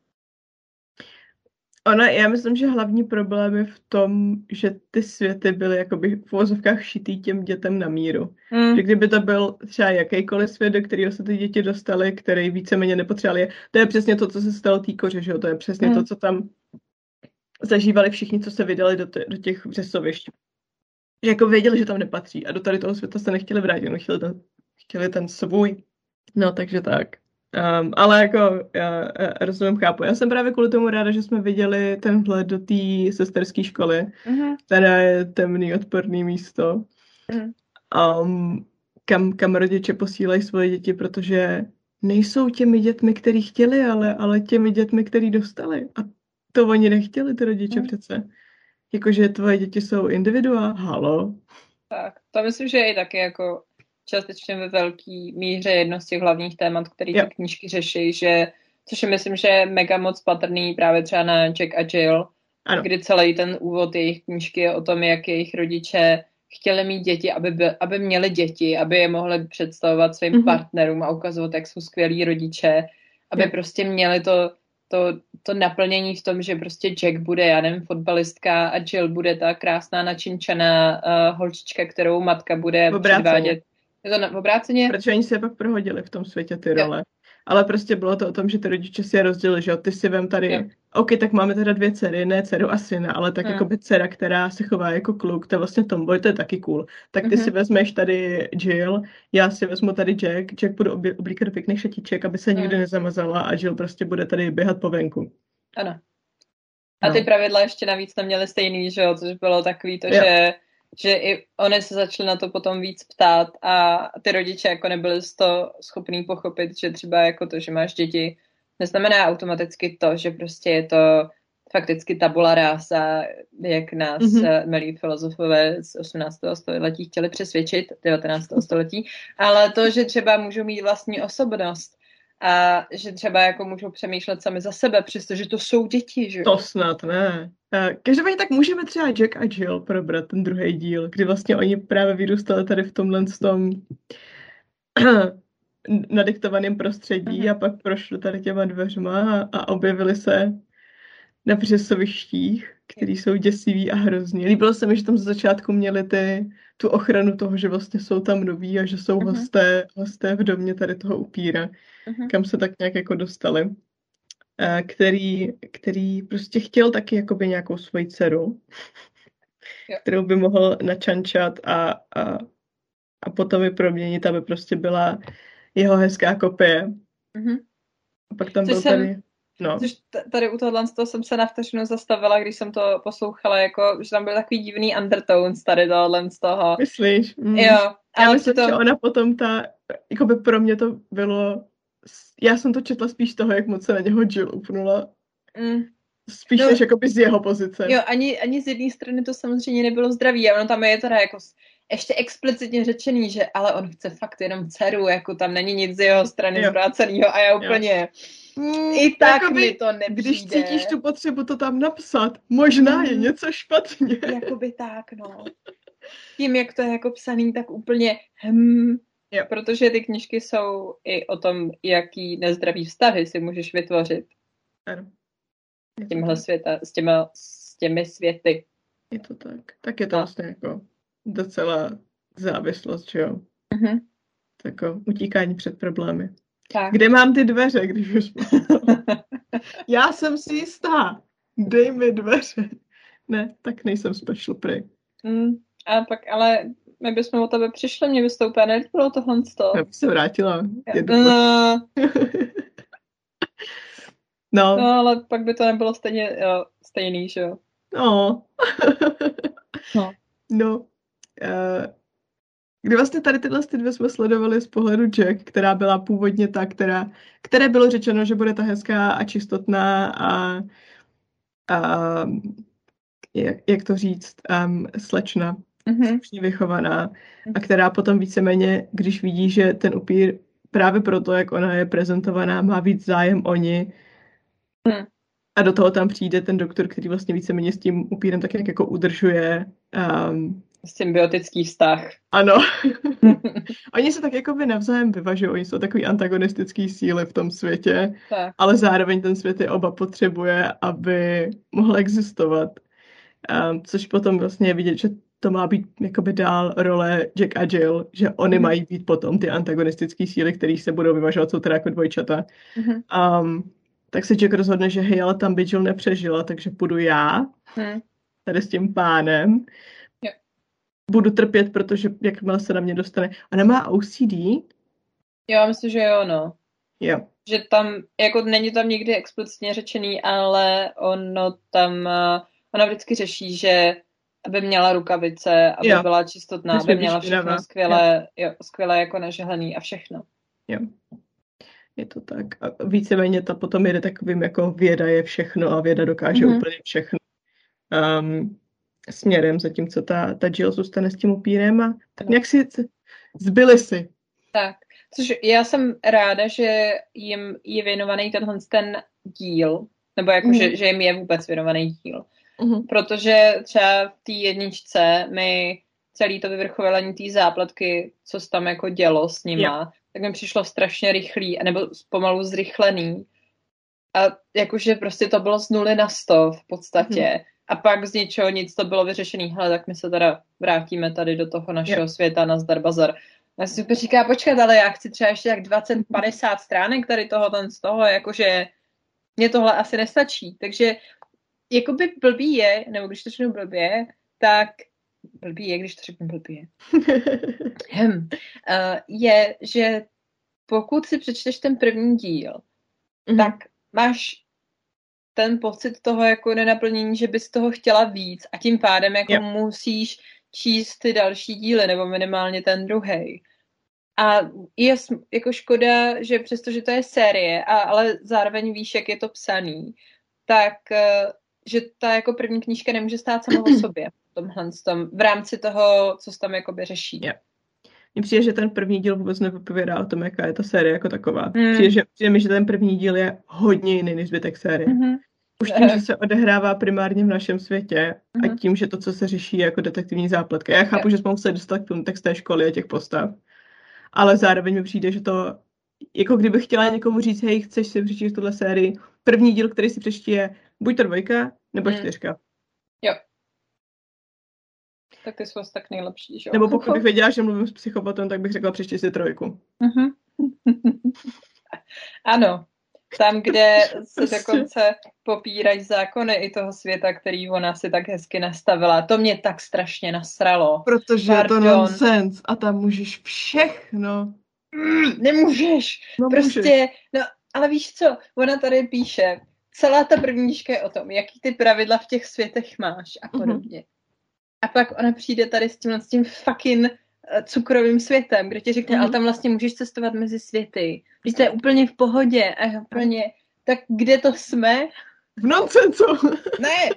Ona, já myslím, že hlavní problém je v tom, že ty světy byly jakoby v uvozovkách šitý těm dětem na míru. mm, Že kdyby to byl třeba jakýkoliv svět, do kterého se ty děti dostaly, který víceméně nepotřebovali, to je přesně to, co se stalo té koře, že jo? To je přesně mm. to, co tam zažívali všichni, co se vydali do, t- do těch vřesovišť. Že jako věděli, že tam nepatří a do tady toho světa se nechtěli vrátit, no chtěli ten, chtěli ten svůj. No, takže tak. Um, ale jako já, já rozumím, chápu. Já jsem právě kvůli tomu ráda, že jsme viděli ten vhled do té sesterské školy, Mm-hmm. která je temný, odporný místo, Mm. um, kam, kam rodiče posílají svoje děti, protože nejsou těmi dětmi, který chtěli, ale, ale těmi dětmi, který dostali. A to oni nechtěli, ty rodiče Mm. přece. Jakože tvoje děti jsou individua, halo. Tak, to myslím, že je i taky jako částečně ve velký míře jedno z těch hlavních témat, který ty knížky řeší, že, což je myslím, že je mega moc patrný právě třeba na Jack a Jill, ano. Kdy celý ten úvod jejich knížky je o tom, jak jejich rodiče chtěli mít děti, aby, by, aby měli děti, aby je mohli představovat svým mm-hmm. partnerům a ukazovat, jak jsou skvělí rodiče, aby yeah. prostě měli to, to, to naplnění v tom, že prostě Jack bude, já nevím, fotbalistka a Jill bude ta krásná načinčaná uh, holčička, kterou matka bude obráceně. předvádět. Je to na, obráceně? Protože oni si je pak prohodili v tom světě ty role. Jo. Ale prostě bylo to o tom, že ty rodiče si je rozdělili, že jo, ty si vem tady, jo. OK, tak máme teda dvě dcery, ne dceru a syna, ale tak jako by dcera, která se chová jako kluk, to je vlastně tomboy, to je taky cool. Tak ty mm-hmm. si vezmeš tady Jill, já si vezmu tady Jack, Jack bude oblíkat do pěkných šatiček, aby se nikdy mm. nezamazala a Jill prostě bude tady běhat po venku. Ano. A ty no. pravidla ještě navíc neměly stejný, že jo, což bylo takový to, jo. že že i oni se začali na to potom víc ptát a ty rodiče jako nebyli z toho schopný pochopit, že třeba jako to, že máš děti, neznamená automaticky to, že prostě je to fakticky tabula rasa, jak nás mm-hmm. milí filozofové z osmnáctého století chtěli přesvědčit, devatenáctého století, ale to, že třeba můžou mít vlastní osobnost a že třeba jako můžou přemýšlet sami za sebe, přestože to jsou děti, že? To snad ne. Každopádně tak můžeme třeba Jack a Jill probrat ten druhý díl, kdy vlastně oni právě vyrůstali tady v tomhle tom nadiktovaném prostředí uh-huh. a pak prošli tady těma dveřma a, a objevili se na vřesovištích, který jsou děsivý a hrozný. Líbilo se mi, že tam z začátku měli ty, tu ochranu toho, že vlastně jsou tam noví a že jsou uh-huh. hosté, hosté v domě tady toho upíra, uh-huh. kam se tak nějak jako dostali. Který, který prostě chtěl taky jakoby nějakou svoji dceru, jo. kterou by mohl načančat a, a, a potom ji proměnit, aby prostě byla jeho hezká kopie. Mm-hmm. A pak tam což byl jsem, tady... No. Což tady u tohohle toho jsem se na vteřinu zastavila, když jsem to poslouchala, jako, že tam byl takový divný undertones tady tohle z toho. Myslíš? Mm. Jo. Ale Já myslím, to... že ona potom ta... Jakoby pro mě to bylo... Já jsem to četla spíš toho, jak moc se na něho Jill upnula. Mm. Spíš no, než jakoby z jeho pozice. Jo, ani, ani z jedné strany to samozřejmě nebylo zdravý. A ono tam je teda jako ještě explicitně řečený, že ale on chce fakt jenom dceru, jako tam není nic z jeho strany zvrácenýho a já úplně... Mm, I tak jakoby, mi to nepřijde. Když cítíš tu potřebu to tam napsat, možná mm. je něco špatně. Jakoby tak, no. Tím, jak to je jako psaný, tak úplně hm... Jo. Protože ty knížky jsou i o tom, jaký nezdravý vztahy si můžeš vytvořit. Ano. S tímhle světa, s, těma, s těmi světy. Je to tak. Tak je to vlastně jako docela závislost, že jo? Mhm. Tako utíkání před problémy. Tak. Kde mám ty dveře, když už já jsem si jistá. Dej mi dveře. Ne, tak nejsem special prey. Mm, a pak, ale my bychom o tebe přišli, mě by to úplně nelíbilo tohle z toho. Já bych se vrátila. No. no. No, ale pak by to nebylo stejně, jo, stejný, že jo? No. no. No. Uh, kdy vlastně tady tyhle ty dvě jsme sledovali z pohledu Jack, která byla původně ta, která, které bylo řečeno, že bude ta hezká a čistotná a um, jak, jak to říct, um, slečna, Mhm. slušně vychovaná, a která potom víceméně, když vidí, že ten upír právě proto, jak ona je prezentovaná, má víc zájem o ní, Hmm. a do toho tam přijde ten doktor, který vlastně víceméně s tím upírem tak nějak jako udržuje. Um, Symbiotický vztah. ano. Oni se tak jako by navzájem vyvažují, oni jsou takový antagonistický síly v tom světě, Tak. ale zároveň ten svět je oba potřebuje, aby mohl existovat. Um, což potom vlastně je vidět, že to má být jakoby dál role Jack a Jill, že oni Mhm. mají být potom ty antagonistické síly, které se budou vyvažovat, jsou teda jako dvojčata. Mhm. Um, tak se Jack rozhodne, že hej, ale tam by Jill nepřežila, takže půjdu já, Hmm. tady s tím pánem. Jo. Budu trpět, protože jakmile se na mě dostane. A nemá O C D? Já myslím, že jo, no. Jo. Že tam, jako není tam nikdy explicitně řečený, ale ono tam, uh, ona vždycky řeší, že aby měla rukavice, aby Jo. byla čistotná, Nesmí aby být měla špinavá. všechno skvěle, jo, skvěle jako nažehlený a všechno. Jo. Je to tak. A víceméně ta potom jede takovým jako věda je všechno a věda dokáže Mhm. úplně všechno. Um, směrem, zatímco ta, ta Jill zůstane s tím upírem a tak nějak si zbyli si. Tak, což já jsem ráda, že jim je věnovaný tenhle ten díl, nebo jako, Mhm. že, že jim je vůbec věnovaný díl. Mhm. Protože třeba v té jedničce mi celý to vyvrcholení té zápletky, co se tam jako dělo s nima, Jo. tak mi přišlo strašně rychlý, nebo pomalu zrychlený. A jakože prostě to bylo z nuly na sto v podstatě. Mhm. A pak z ničeho nic to bylo vyřešený. Hele, tak my se teda vrátíme tady do toho našeho Jo. světa, nazdar bazar. A si úplně říká, počkat, ale já chci třeba ještě tak dvacet padesát stránek tady toho, ten z toho, jakože mě tohle asi nestačí. Takže jakoby blbý je, nebo když to řeknu blbě, tak blbý je, když to řeknu blbě. Hm. Uh, je, že pokud si přečteš ten první díl, Mhm. tak máš ten pocit toho jako nenaplnění, že bys toho chtěla víc a tím pádem jako Jo. musíš číst ty další díly, nebo minimálně ten druhej. A je sm- jako škoda, že přestože to je série, a, ale zároveň víš, jak je to psaný, tak uh, že ta jako první knížka nemůže stát sama o sobě v tomhle tom, v rámci toho, co se tam jakoby řeší. Jo. Mně přijde, že ten první díl vůbec nevypovědá o tom, jaká je ta série jako taková. Hmm. Přijde, že, přijde mi, že ten první díl je hodně jiný než zbytek série. Mhm. Už tím, že se odehrává primárně v našem světě a Mhm. tím, že to, co se řeší, je jako detektivní zápletka. Já chápu, Jo. že jsme museli dostat k tomu text té školy a těch postav, ale zároveň mi přijde, že to, jako kdybych chtěla někomu říct, hej, chceš si přečíst tuhle sérii, první díl, který si přečti, je buď to dvojka, nebo Hmm. čtyřka. Jo. Tak ty jsou tak nejlepší, že jo? Nebo pokud bych věděla, že mluvím s psychopatem, tak bych řekla přečti si trojku. Mhm. Ano. Tam, kde se Prostě. dokonce popírají zákony i toho světa, který ona si tak hezky nastavila. To mě tak strašně nasralo. Protože je to Pardon. nonsens a tam můžeš všechno. Mm, nemůžeš. No, Prostě, můžeš. no, ale víš co, ona tady píše, celá ta první knížka je o tom, jaký ty pravidla v těch světech máš a podobně. A pak ona přijde tady s tím, s tím fucking uh, cukrovým světem, kde ti řekne, Mhm. ale tam vlastně můžeš cestovat mezi světy. Když to je úplně v pohodě a je úplně, tak kde to jsme? V nonsensu. Ne!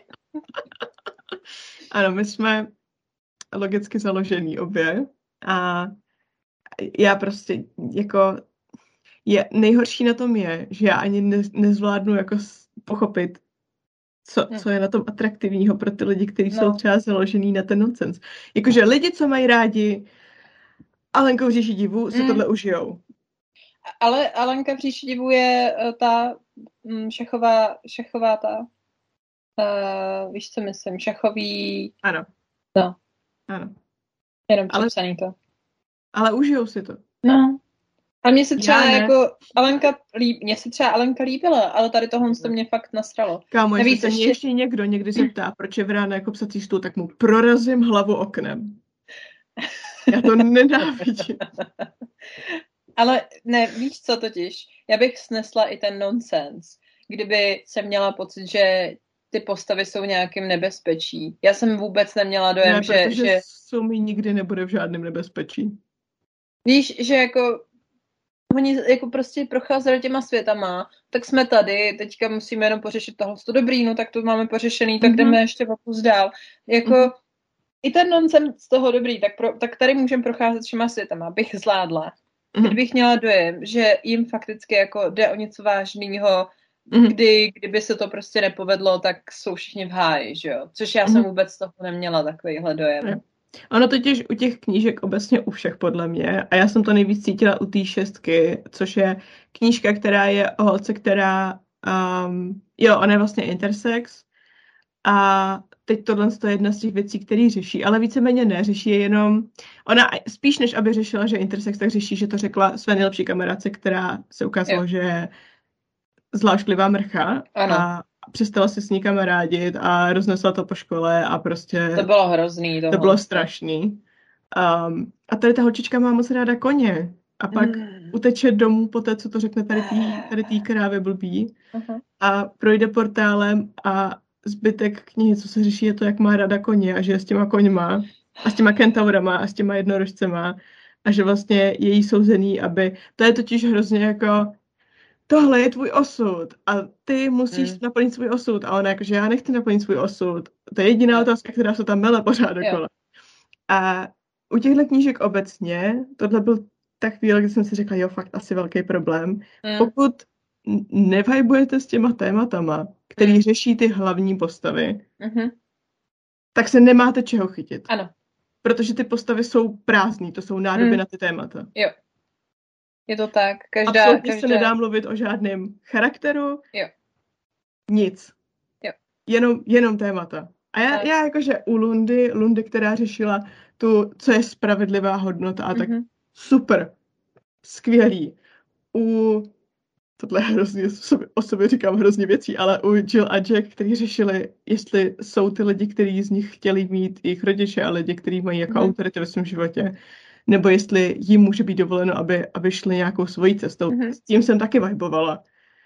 Ano, my jsme logicky založený obě a já prostě jako je, nejhorší na tom je, že já ani ne, nezvládnu jako s- pochopit, co, Hm. co je na tom atraktivního pro ty lidi, kteří No. jsou třeba založený na ten nonsens. Jakože lidi, co mají rádi Alenku v říši divu, si Mm. tohle užijou. Ale Alenka v říši divu je uh, ta um, šachová, šachová ta, uh, víš co myslím, šachový, Ano. no, Ano. jenom Ale- přepsaný to. Ale užijou si to. No. A mně se třeba Já ne. jako Alenka líb, mně se třeba Alenka líbila, ale tady tohle to mě fakt nasralo. Kámo, jestli Navíc se mě ještě- ještě někdo někdy zeptá, proč je vrána jako psací stůl, tak mu prorazím hlavu oknem. Já to nenávidím. Ale ne, víš co totiž, já bych snesla i ten nonsens, kdyby jsem měla pocit, že ty postavy jsou nějakým nebezpečí. Já jsem vůbec neměla dojem, Ne, že, protože že Sumi nikdy nebude v žádném nebezpečí. víš, že jako oni jako prostě procházeli těma světama, tak jsme tady, teďka musíme jenom pořešit tohle, to dobrý, no tak to máme pořešený, tak mm-hmm. jdeme ještě o kus dál. Jako mm-hmm. i ten nonsense z toho dobrý, tak, pro, tak tady můžeme procházet všema světama, abych zvládla. Mm-hmm. Kdybych měla dojem, že jim fakticky jako jde o něco vážného, mm-hmm. kdy, kdyby se to prostě nepovedlo, tak jsou všichni v háji, že jo? Což já mm-hmm. jsem vůbec toho neměla takovýhle dojem. Je. Ono totiž u těch knížek obecně u všech podle mě, a já jsem to nejvíc cítila u té šestky, což je knížka, která je o holce, která, um, jo, ona je vlastně intersex a teď tohle je jedna z těch věcí, které řeší, ale víceméně neřeší je jenom, ona spíš než aby řešila, že intersex, tak řeší, že to řekla své nejlepší kamarádce, která se ukázala, že je zlášklivá mrcha. Ano. A přestala se s ní kamarádit a roznesla to po škole a prostě... To bylo hrozný. To bylo strašný. Um, a tady ta holčička má moc ráda koně. A pak mm. uteče domů po té, co to řekne tady tý, tady tý krávě blbý. Uh-huh. A projde portálem a zbytek knihy, co se řeší, je to, jak má ráda koně a že je s těma koňma a s těma kentaurama a s těma jednorožcema a že vlastně její souzený, aby... To je totiž hrozně jako... Tohle je tvůj osud a ty musíš mm. naplnit svůj osud. A ona jakože já nechci naplnit svůj osud. To je jediná jo. otázka, která se tam mele pořád dokola. A u těchto knížek obecně, tohle byl ta chvíle, kdy jsem si řekla, jo, fakt asi velký problém. Mm. Pokud nevajbujete s těma tématama, který mm. řeší ty hlavní postavy, mm-hmm. tak se nemáte čeho chytit. Ano. Protože ty postavy jsou prázdný, to jsou nádoby mm. na ty témata. Jo. Je to tak. Každá, Absolutně každá... se nedá mluvit o žádném charakteru. Jo. Nic. Jo. Jenom, jenom témata. A já, tak. já jakože u Lundy, Lundy, která řešila tu, co je spravedlivá hodnota, a tak mm-hmm. super. Skvělý. U... Tohle je hrozně, o sobě říkám hrozně věcí, ale u Jill a Jack, kteří řešili, jestli jsou ty lidi, kteří z nich chtěli mít jejich rodiče a lidi, kteří mají jako mm-hmm. autority ve svém životě, nebo jestli jim může být dovoleno, aby, aby šli nějakou svojí cestou. Mm-hmm. S tím jsem taky vibovala.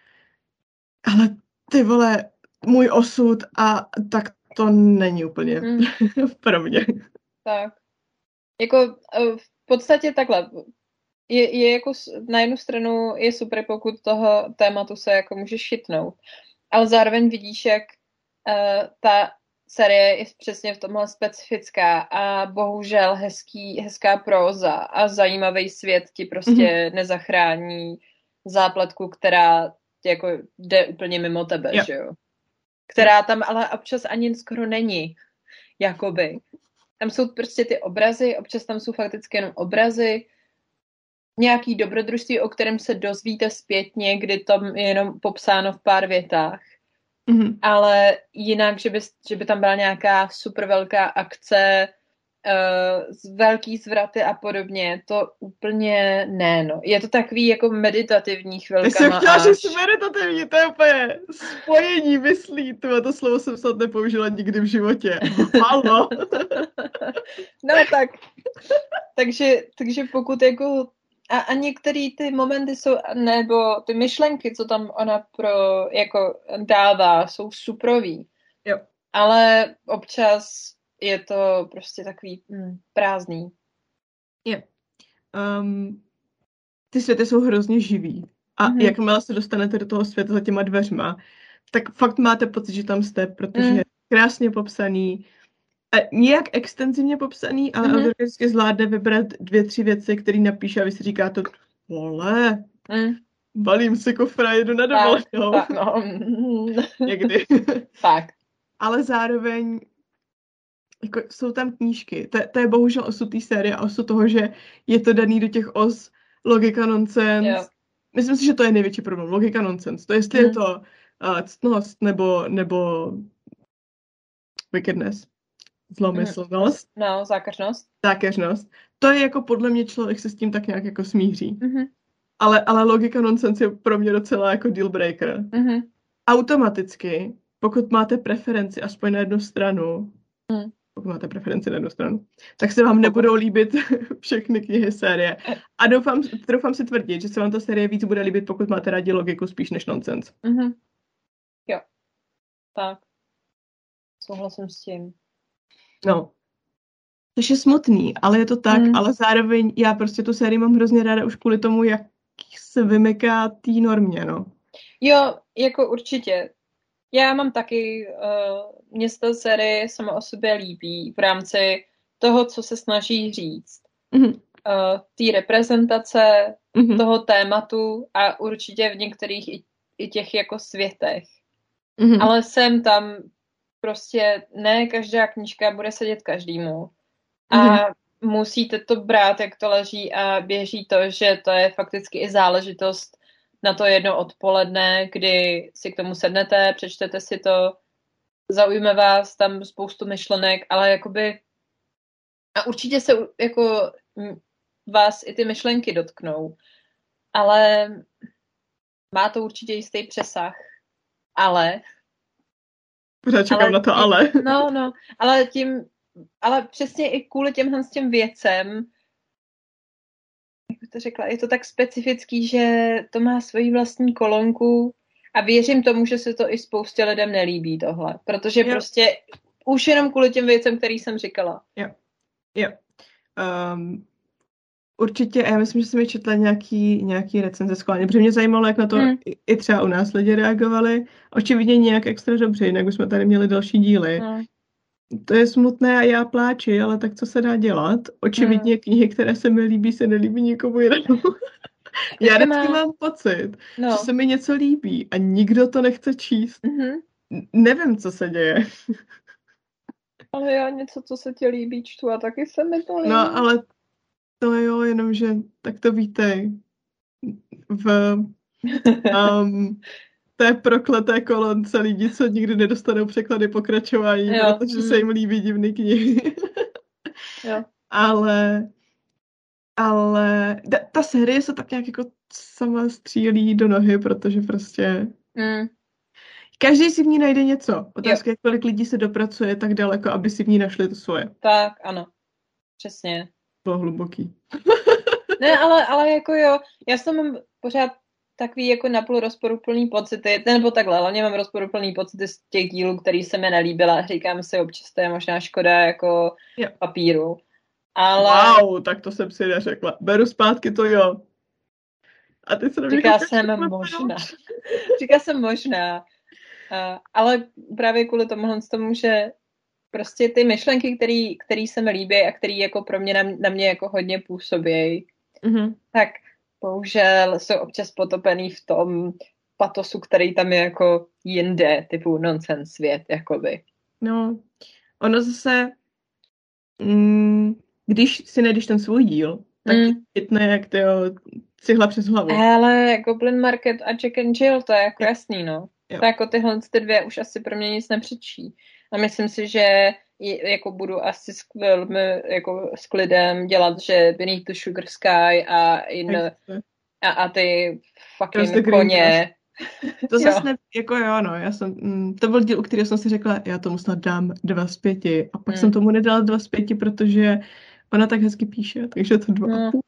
Ale ty vole, můj osud a tak to není úplně mm. pro mě. Tak. Jako v podstatě takhle. Je, je jako na jednu stranu je super, pokud toho tématu se jako můžeš chytnout. Ale zároveň vidíš, jak uh, ta série je přesně v tomhle specifická a bohužel hezký, hezká próza a zajímavý svět ti prostě mm-hmm. nezachrání zápletku, která tě jako jde úplně mimo tebe, yep. že jo? Která tam ale občas ani skoro není, jakoby. Tam jsou prostě ty obrazy, občas tam jsou fakticky jenom obrazy, nějaký dobrodružství, o kterém se dozvíte zpětně, kdy tam je jenom popsáno v pár větách. Mm-hmm. Ale jinak, že by, že by tam byla nějaká super velká akce, uh, velký zvraty a podobně, to úplně ne, no. Je to takový jako meditativní chvilka. Já jsem chtěla, že jsi meditativní, to je úplně spojení myslí, to, to slovo jsem snad nepoužila nikdy v životě. Halo. No tak, takže, takže pokud jako A, a některé ty momenty jsou, nebo ty myšlenky, co tam ona pro, jako dává, jsou suprový. Jo. Ale občas je to prostě takový hm, prázdný. Je. Um, ty světy jsou hrozně živý. A mm-hmm. jakmile se dostanete do toho světa za těma dveřma, tak fakt máte pocit, že tam jste, protože mm. je krásně popsaný, a nějak extenzivně popsaný, ale mm-hmm. autor vždycky zvládne vybrat dvě, tři věci, které napíše a vy si říkáte, vole, mm. balím si kufra, jedu na dovolenou. Tak, tak, no. Někdy. Tak. Ale zároveň jako, jsou tam knížky. To, to je bohužel osud té série a osud toho, že je to daný do těch os logika nonsense. Jo. Myslím si, že to je největší problém. Logika nonsense. To jestli mm. je to uh, ctnost nebo, nebo wickedness. Zlomyslnost. No, zákeřnost. Zákeřnost. To je jako podle mě člověk se s tím tak nějak jako smíří. Mm-hmm. Ale, ale logika nonsense je pro mě docela jako deal breaker. Mm-hmm. Automaticky, pokud máte preferenci aspoň na jednu stranu, mm. pokud máte preferenci na jednu stranu, tak se vám nebudou líbit všechny knihy série. A doufám, doufám si tvrdit, že se vám ta série víc bude líbit, pokud máte rádi logiku spíš než nonsense. Mm-hmm. Jo. Tak. Souhlasím s tím. No, což je smutný, ale je to tak, mm. ale zároveň já prostě tu sérii mám hrozně ráda už kvůli tomu, jak se vymyká té normě, no. Jo, jako určitě. Já mám taky, uh, mě z té série sama o sobě líbí v rámci toho, co se snaží říct. Mm-hmm. Uh, té reprezentace, mm-hmm. toho tématu a určitě v některých i, i těch jako světech. Mm-hmm. Ale jsem tam prostě ne každá knížka bude sedět každému. A mm-hmm. musíte to brát, jak to leží a běží to, že to je fakticky i záležitost na to jedno odpoledne, kdy si k tomu sednete, přečtete si to, zaujme vás tam spoustu myšlenek, ale jakoby a určitě se jako vás i ty myšlenky dotknou, ale má to určitě jistý přesah, ale Pořád čekám ale na to tím, ale. No, no, ale tím, ale přesně i kvůli těmhle s těm věcem, jak bych to řekla, je to tak specifický, že to má svoji vlastní kolonku a věřím tomu, že se to i spoustě lidem nelíbí tohle, protože jo. prostě už jenom kvůli těm věcem, který jsem říkala. Jo, jo. Um, určitě, já myslím, že jsem je četla nějaký, nějaký recenze schválně, protože mě zajímalo, jak na to hmm. i, i třeba u nás lidi reagovali. Očividně nějak extra dobře, jinak bychom tady měli další díly. Hmm. To je smutné a já pláči, ale tak co se dá dělat? Očividně hmm. knihy, které se mi líbí, se nelíbí nikomu jinému. Já vždycky má... mám pocit, no. že se mi něco líbí a nikdo to nechce číst. Mm-hmm. Nevím, co se děje. Ale já něco, co se ti líbí, čtu a taky se mi to líbí. No, ale to jo, jenomže tak to víte. V um, té prokleté kolonce lidí, co nikdy nedostanou překlady pokračování, jo. protože se jim líbí divný knihy. Jo. Ale ale ta, ta série se tak nějak jako sama střílí do nohy, protože prostě mm. každý si v ní najde něco. Otázka je, kolik lidí se dopracuje tak daleko, aby si v ní našli to svoje. Tak, ano. Přesně. Bylo hluboký. Ne, ale, ale jako jo, já jsem mám pořád takový jako napůl rozporuplný pocity, nebo takhle, hlavně mám rozporuplný pocity z těch dílů, který se mi nelíbila. Říkám si občas, to je možná škoda jako jo. papíru. Ale... Wow, tak to jsem si neřekla. Beru zpátky to jo. A ty se do mě Říká jsem možná. Říká jsem možná. Uh, ale právě kvůli tomu, tomu, že prostě ty myšlenky, který, který se mi líbí a který jako pro mě na, na mě jako hodně působí, mm-hmm. tak bohužel jsou občas potopený v tom patosu, který tam je jako jinde, typu nonsense svět, jakoby. No, ono zase mm, když si najdeš ten svůj díl, tak mm. chytne jak to cihla přes hlavu. Ale Goblin Market a Jack and Jill, to je jako jo. jasný, no. Jo. To jako tyhle ty dvě už asi pro mě nic nepřečí. A myslím si, že jako budu asi s, velmi, jako s klidem dělat, že Beneath the Sugar Sky a, in, a, a ty fucking koně. To zase ne, jako jo, no, já jsem, mm, to byl díl, u kterého jsem si řekla, já tomu snad dám dva z pěti. A pak hmm. jsem tomu nedala dva z pěti, protože ona tak hezky píše, takže to dva a půl.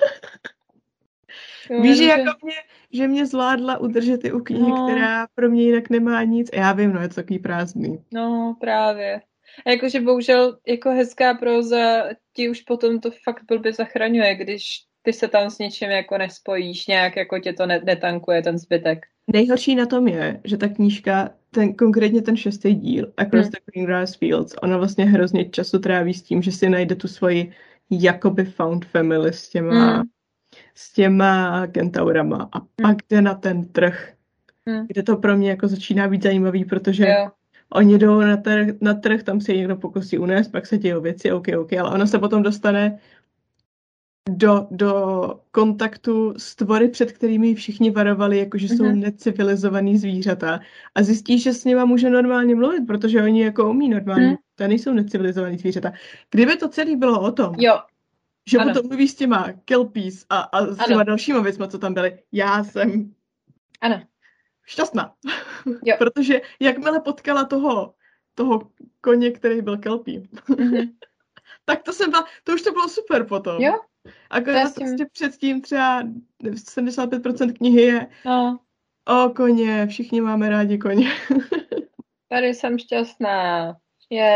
Víš, že jako mě, že mě zvládla udržet i u knihy, no. která pro mě jinak nemá nic. A já vím, no, je to takový prázdný. No, právě. A jakože bohužel jako hezká próza ti už potom to fakt blbě zachraňuje, když ty se tam s něčím jako nespojíš, nějak jako tě to netankuje ten zbytek. Nejhorší na tom je, že ta knížka, ten, konkrétně ten šestý díl, Across hmm. the Greengrass Fields, ona vlastně hrozně času tráví s tím, že si najde tu svoji jakoby found family s těma, hmm. s těma kentaurama a hmm. pak jde na ten trh, hmm. kde to pro mě jako začíná být zajímavý, protože jo. oni jdou na trh, na trh, tam se někdo pokusí unést, pak se dějou věci, ok, ok, ale ona se potom dostane do, do kontaktu s tvory, před kterými všichni varovali, jakože jsou uh-huh. necivilizovaný zvířata a zjistí, že s nima může normálně mluvit, protože oni jako umí normálně, uh-huh. to nejsou necivilizovaný zvířata. Kdyby to celé bylo o tom, jo. že ano. potom mluví s těma kelpies a, a s těma ano. dalšíma věcma, co tam byly, já jsem ano. šťastná. Jo. Protože jakmile potkala toho, toho koně, který byl kelpí, uh-huh. tak to jsem byla, to už to bylo super potom. Jo. Akorát prostě předtím třeba sedmdesát pět procent knihy je no. o koně, všichni máme rádi koně. Tady jsem šťastná. Je.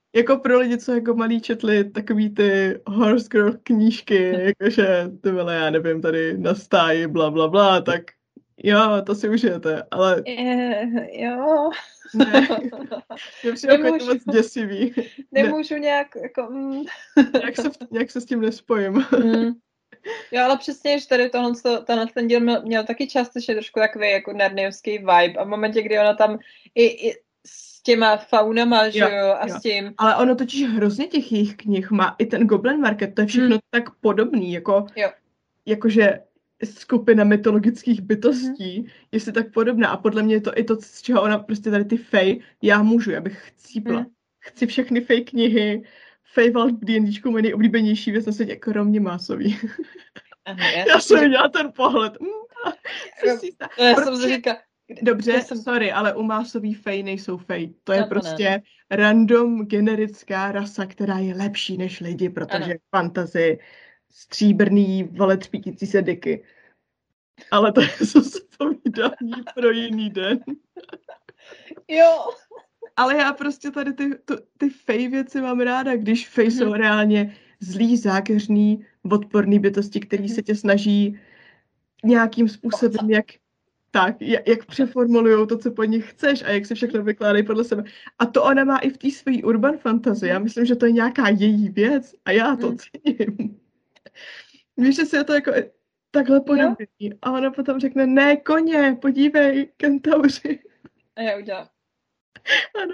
Jako pro lidi, co jako malí četli takový ty horse girl knížky, jakože ty vole, já nevím, tady na stáji, bla, bla, bla, tak jo, to si užijete, ale Je, jo. ne, je přijde jako moc děsivý. Nemůžu ne. nějak, jako... Mm. nějak, se, nějak se s tím nespojím. Mm. Jo, ale přesně, že tady tohle, tenhle ten díl měl, měl taky částečně trošku takový jako narniovský vibe a v momentě, kdy ona tam i, i s těma faunama, že jo, a jo. s tím. Ale ono totiž hrozně těch jejich knih má, i ten Goblin Market, to je všechno hmm. tak podobný, jako, jakože skupina mytologických bytostí, hmm. jestli tak podobná a podle mě je to i to, z čeho ona prostě tady ty fej, já můžu, já bych chcípla. Hmm. Chci všechny fej knihy, Feywild v D and Dčku můj nejoblíbenější věc na světě, kromě másový. Aha, já, já jsem měla ten pohled. Já jsem si říkala, dobře, jsem... sorry, ale u másový fej nejsou fej. To je no, prostě ne. random generická rasa, která je lepší než lidi, protože fantasy, stříbrný, valetřítící se dyky. Ale to je zase povídání pro jiný den. Jo. Ale já prostě tady ty, to, ty fej věci mám ráda, když fej jsou hmm. reálně zlý, zákeřný, odporný bytosti, který hmm. se tě snaží nějakým způsobem, jak tak, jak, jak přeformulujou to, co po nich chceš a jak se všechno vykládají podle sebe. A to ona má i v té své urban fantasy. Já myslím, že to je nějaká její věc a já to cením. Víš, že si je to jako takhle podobný. A ona potom řekne, ne, koně, podívej, kentauři. A já udělám. Ano.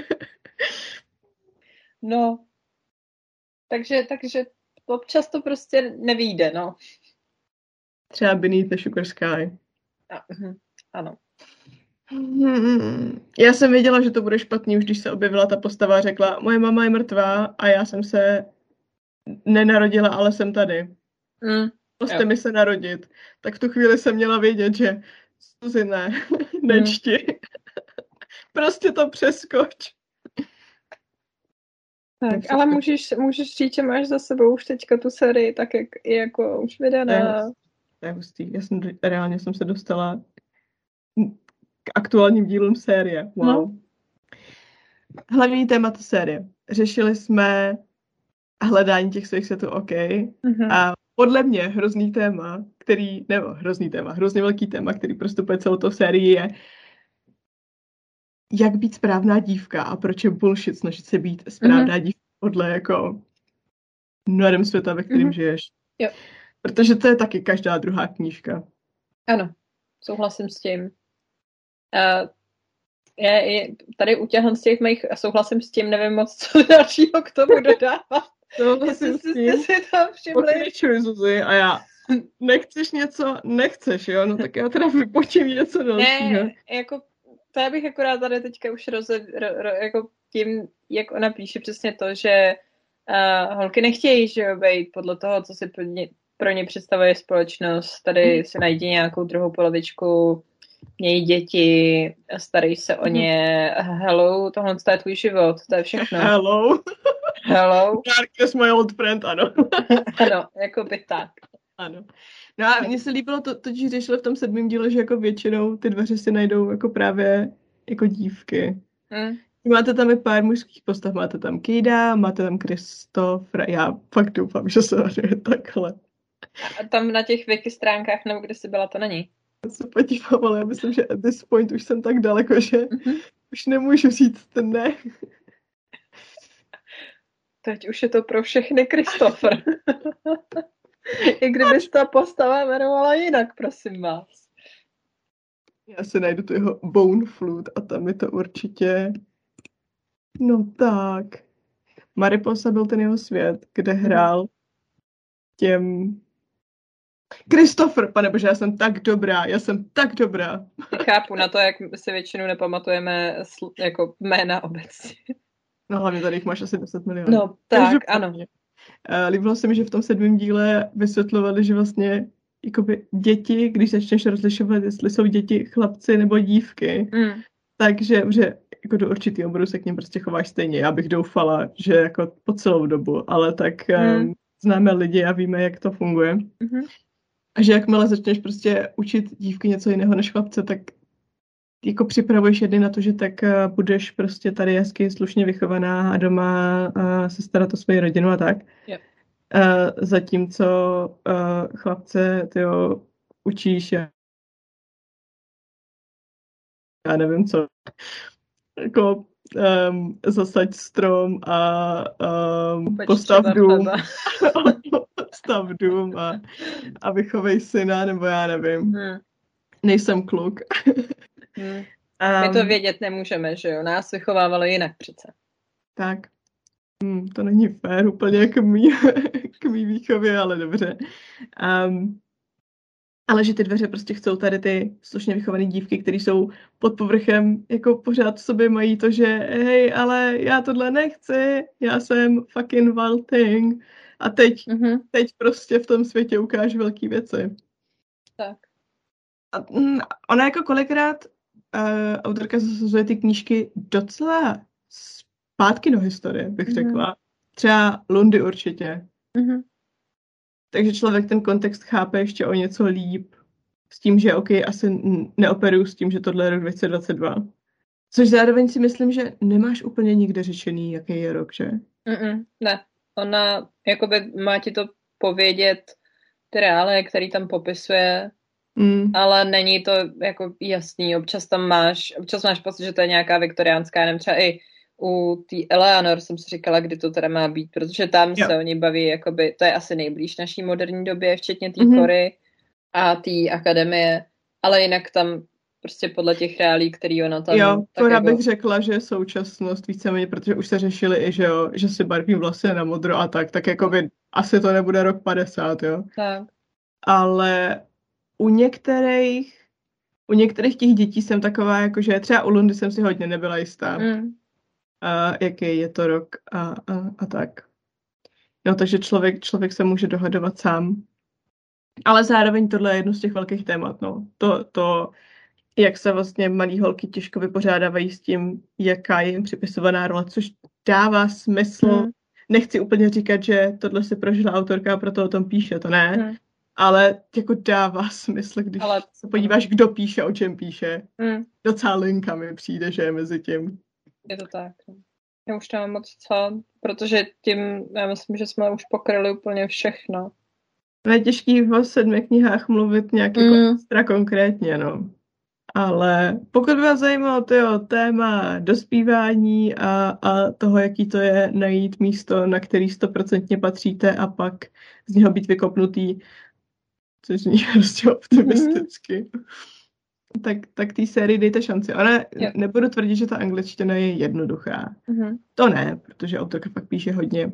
No, takže, takže občas to prostě nevyjde, no. Třeba Beneath the Sugar Sky. Ano. Hmm. Já jsem věděla, že to bude špatný, už když se objevila ta postava a řekla, moje mama je mrtvá a já jsem se nenarodila, ale jsem tady. Mm. Prostě mi se narodit. Tak v tu chvíli jsem měla vědět, že Suzy ne, nečti. Mm. Prostě to přeskoč. Tak, tak ale můžeš, můžeš říct, že máš za sebou už teďka tu sérii, tak jak je jako už vydaná. To je hustý. Já jsem reálně jsem se dostala k aktuálním dílům série. Wow. No. Hlavní téma té série. Řešili jsme hledání těch svých světů, OK. Mm-hmm. A podle mě hrozný téma, který, nebo hrozný téma, hrozně velký téma, který prostupuje celou tou sérii, je jak být správná dívka a proč je bullshit snažit se být správná mm-hmm. dívka podle jako norem světa, ve kterém mm-hmm. žiješ. Jo. Protože to je taky každá druhá knížka. Ano, souhlasím s tím. Uh, je, je, tady u těchhle z těch mých souhlasím s tím, nevím moc, co dalšího k tomu dodávat. Souhlasím s tím. Jste si tam všimli. Pokračuj, Zuzi, a já. Nechceš něco? Nechceš, jo? No tak já teda vypočím něco dalšího. Ne, jako, to já bych akorát tady teďka už roze, ro, ro, jako tím, jak ona píše přesně to, že uh, holky nechtějí, že jo, být podle toho, co si pro ně, pro ně představuje společnost. Tady si najdi nějakou druhou polovičku, mějí děti, starají se o ně. Hello, tohle je tvůj život, to je všechno. Hello. Hello. Darkness my old friend, ano. Ano, jako by tak. Ano. No a mně se líbilo to, totiž řešili v tom sedmém díle, že jako většinou ty dveře si najdou jako právě jako dívky. Mm. Máte tam i pár mužských postav, máte tam Kejda, máte tam Kristofra, já fakt doufám, že se jmenuje takhle. A tam na těch wiki stránkách, nebo kde jsi byla, to není? Já se podívám, ale já myslím, že at this point už jsem tak daleko, že mm-hmm. už nemůžu říct ne. Teď už je to pro všechny Kristofr. I kdybys ta postava jmenovala jinak, prosím vás. Já si najdu tu jeho Bone Flute a tam je to určitě... No tak. Mariposa byl ten jeho svět, kde hrál těm... Kristofr, panebože, já jsem tak dobrá, já jsem tak dobrá. Chápu na to, jak si většinou nepamatujeme sl- jako jména obecně. No hlavně tady jich máš asi deset milionů. No tak, ano. Líbilo se mi, že v tom sedmém díle vysvětlovali, že vlastně jakoby děti, když začneš rozlišovat, jestli jsou děti chlapci nebo dívky, mm. takže že jako do určitý oboru se k ním prostě chováš stejně. Já bych doufala, že jako po celou dobu, ale tak mm. um, známe lidi a víme, jak to funguje. Mm-hmm. A že jakmile začneš prostě učit dívky něco jiného než chlapce, tak jako připravuješ jedny na to, že tak uh, budeš prostě tady hezky slušně vychovaná a doma uh, se starat o svoji rodinu a tak. Yep. Uh, zatímco uh, chlapce, tyjo, učíš já, já nevím co, jako um, zasaď strom a um, postav dům. Postav dům a, a vychovej syna, nebo já nevím. Hmm. Nejsem kluk. Hmm. Um, My to vědět nemůžeme, že jo? Nás vychovávali jinak přece. Tak. Hmm, to není fér úplně k mý, k mý výchově, ale dobře. Um, ale že ty dveře prostě chcou tady ty slušně vychované dívky, které jsou pod povrchem, jako pořád v sobě mají to, že hej, ale já tohle nechci, já jsem fucking wild thing. A teď, mm-hmm. teď prostě v tom světě ukážu velký věci. Tak. A, mm, ona jako kolikrát uh, autorka zasazuje ty knížky docela zpátky do historie, bych mm-hmm. řekla. Třeba Lundy určitě. Mm-hmm. Takže člověk ten kontext chápe ještě o něco líp. S tím, že ok, asi neoperuju s tím, že tohle je rok dvacet dvacet dva. Což zároveň si myslím, že nemáš úplně nikde řečený, jaký je rok, že? Mm-mm, ne. Ona jakoby má ti to povědět ty reálie, který tam popisuje, mm. ale není to jako jasný. Občas tam máš, občas máš pocit, že to je nějaká viktoriánská, nevím, třeba i u té Eleanor jsem si říkala, kdy to teda má být, protože tam jo. se oni baví, jakoby, to je asi nejblíž naší moderní době, včetně té mm-hmm. Kory a té akademie, ale jinak tam prostě podle těch reálí, který ona tam... Jo, Kora jako... bych řekla, že současnost víceméně, protože už se řešili i, že jo, že si barví vlasy na modro a tak, tak jakoby asi to nebude rok padesát, jo. Tak. Ale u některých, u některých těch dětí jsem taková, jakože třeba u Lundy jsem si hodně nebyla jistá. Mm. A jaký je to rok a, a, a tak. No, takže člověk, člověk se může dohadovat sám. Ale zároveň tohle je jedno z těch velkých témat, no. To, to jak se vlastně malí holky těžko vypořádávají s tím, jaká je jim připisovaná role, což dává smysl. Hmm. Nechci úplně říkat, že tohle si prožila autorka a proto o tom píše, to ne. Hmm. Ale jako dává smysl, když ale... se podíváš, kdo píše, o čem píše. Hmm. Docela linka mi přijde, že je mezi tím. Je to tak. Já už nemám moc co, protože tím, já myslím, že jsme už pokryli úplně všechno. Je těžký v sedmi knihách mluvit nějak mm. jako extra konkrétně, no. Ale pokud by vás zajímalo tyjo, téma dospívání a, a toho, jaký to je najít místo, na který stoprocentně patříte a pak z něho být vykopnutý, což zní prostě optimisticky, mm. tak, tak té sérii dejte šanci. Ona yep. nebudu tvrdit, že ta angličtina je jednoduchá. Mm. To ne, protože autorka fakt píše hodně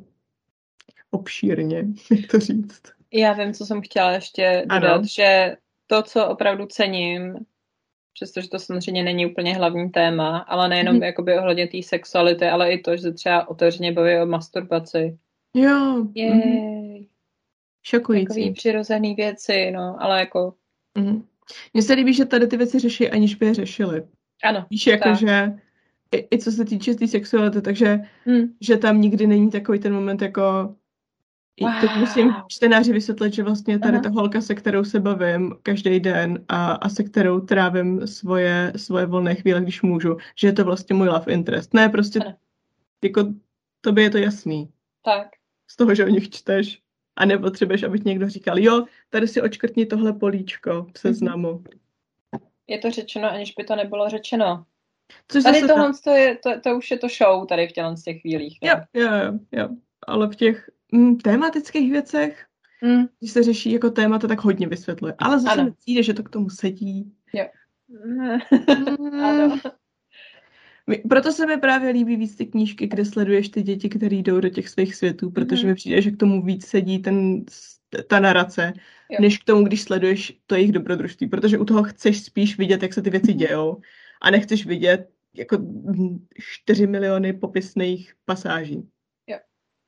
obšírně, jak to říct. Já vím, co jsem chtěla ještě dodat, ano. že to, co opravdu cením, přestože to samozřejmě není úplně hlavní téma, ale nejenom mm-hmm. jakoby ohledně té sexuality, ale i to, že se třeba otevřeně baví o masturbaci. Jo. Jej. Mm-hmm. Šokující. Takový přirozený věci, no, ale jako... Mm-hmm. Mně se líbí, že tady ty věci řeší, aniž by je řešili. Ano. Víš, jako, že i, i co se týče té tý sexuality, takže mm. že tam nikdy není takový ten moment, jako wow. Teď musím čtenáři vysvětlit, že vlastně tady Aha. ta holka, se kterou se bavím každý den a, a se kterou trávím svoje, svoje volné chvíle, když můžu, že je to vlastně můj love interest. Ne, prostě ano. jako tobě je to jasný. Tak. Z toho, že o nich čteš a nepotřebuješ, aby ti někdo říkal, jo, tady si očkrtni tohle políčko v seznamu. Je to řečeno, aniž by to nebylo řečeno. Což tady tohle to, je, to, to už je to show tady v těchto těch chvílích. Jo, jo, jo, jo, ale v těch mm, tématických věcech, mm. když se řeší jako témata, tak hodně vysvětluje. Ale zase mi přijde, že to k tomu sedí. Jo. mm. Ano. Proto se mi právě líbí víc ty knížky, kde sleduješ ty děti, které jdou do těch svých světů, protože mm. mi přijde, že k tomu víc sedí ten, ta narace, jo. než k tomu, když sleduješ to jejich dobrodružství, protože u toho chceš spíš vidět, jak se ty věci dějou a nechceš vidět jako čtyři miliony popisných pasáží. Jo.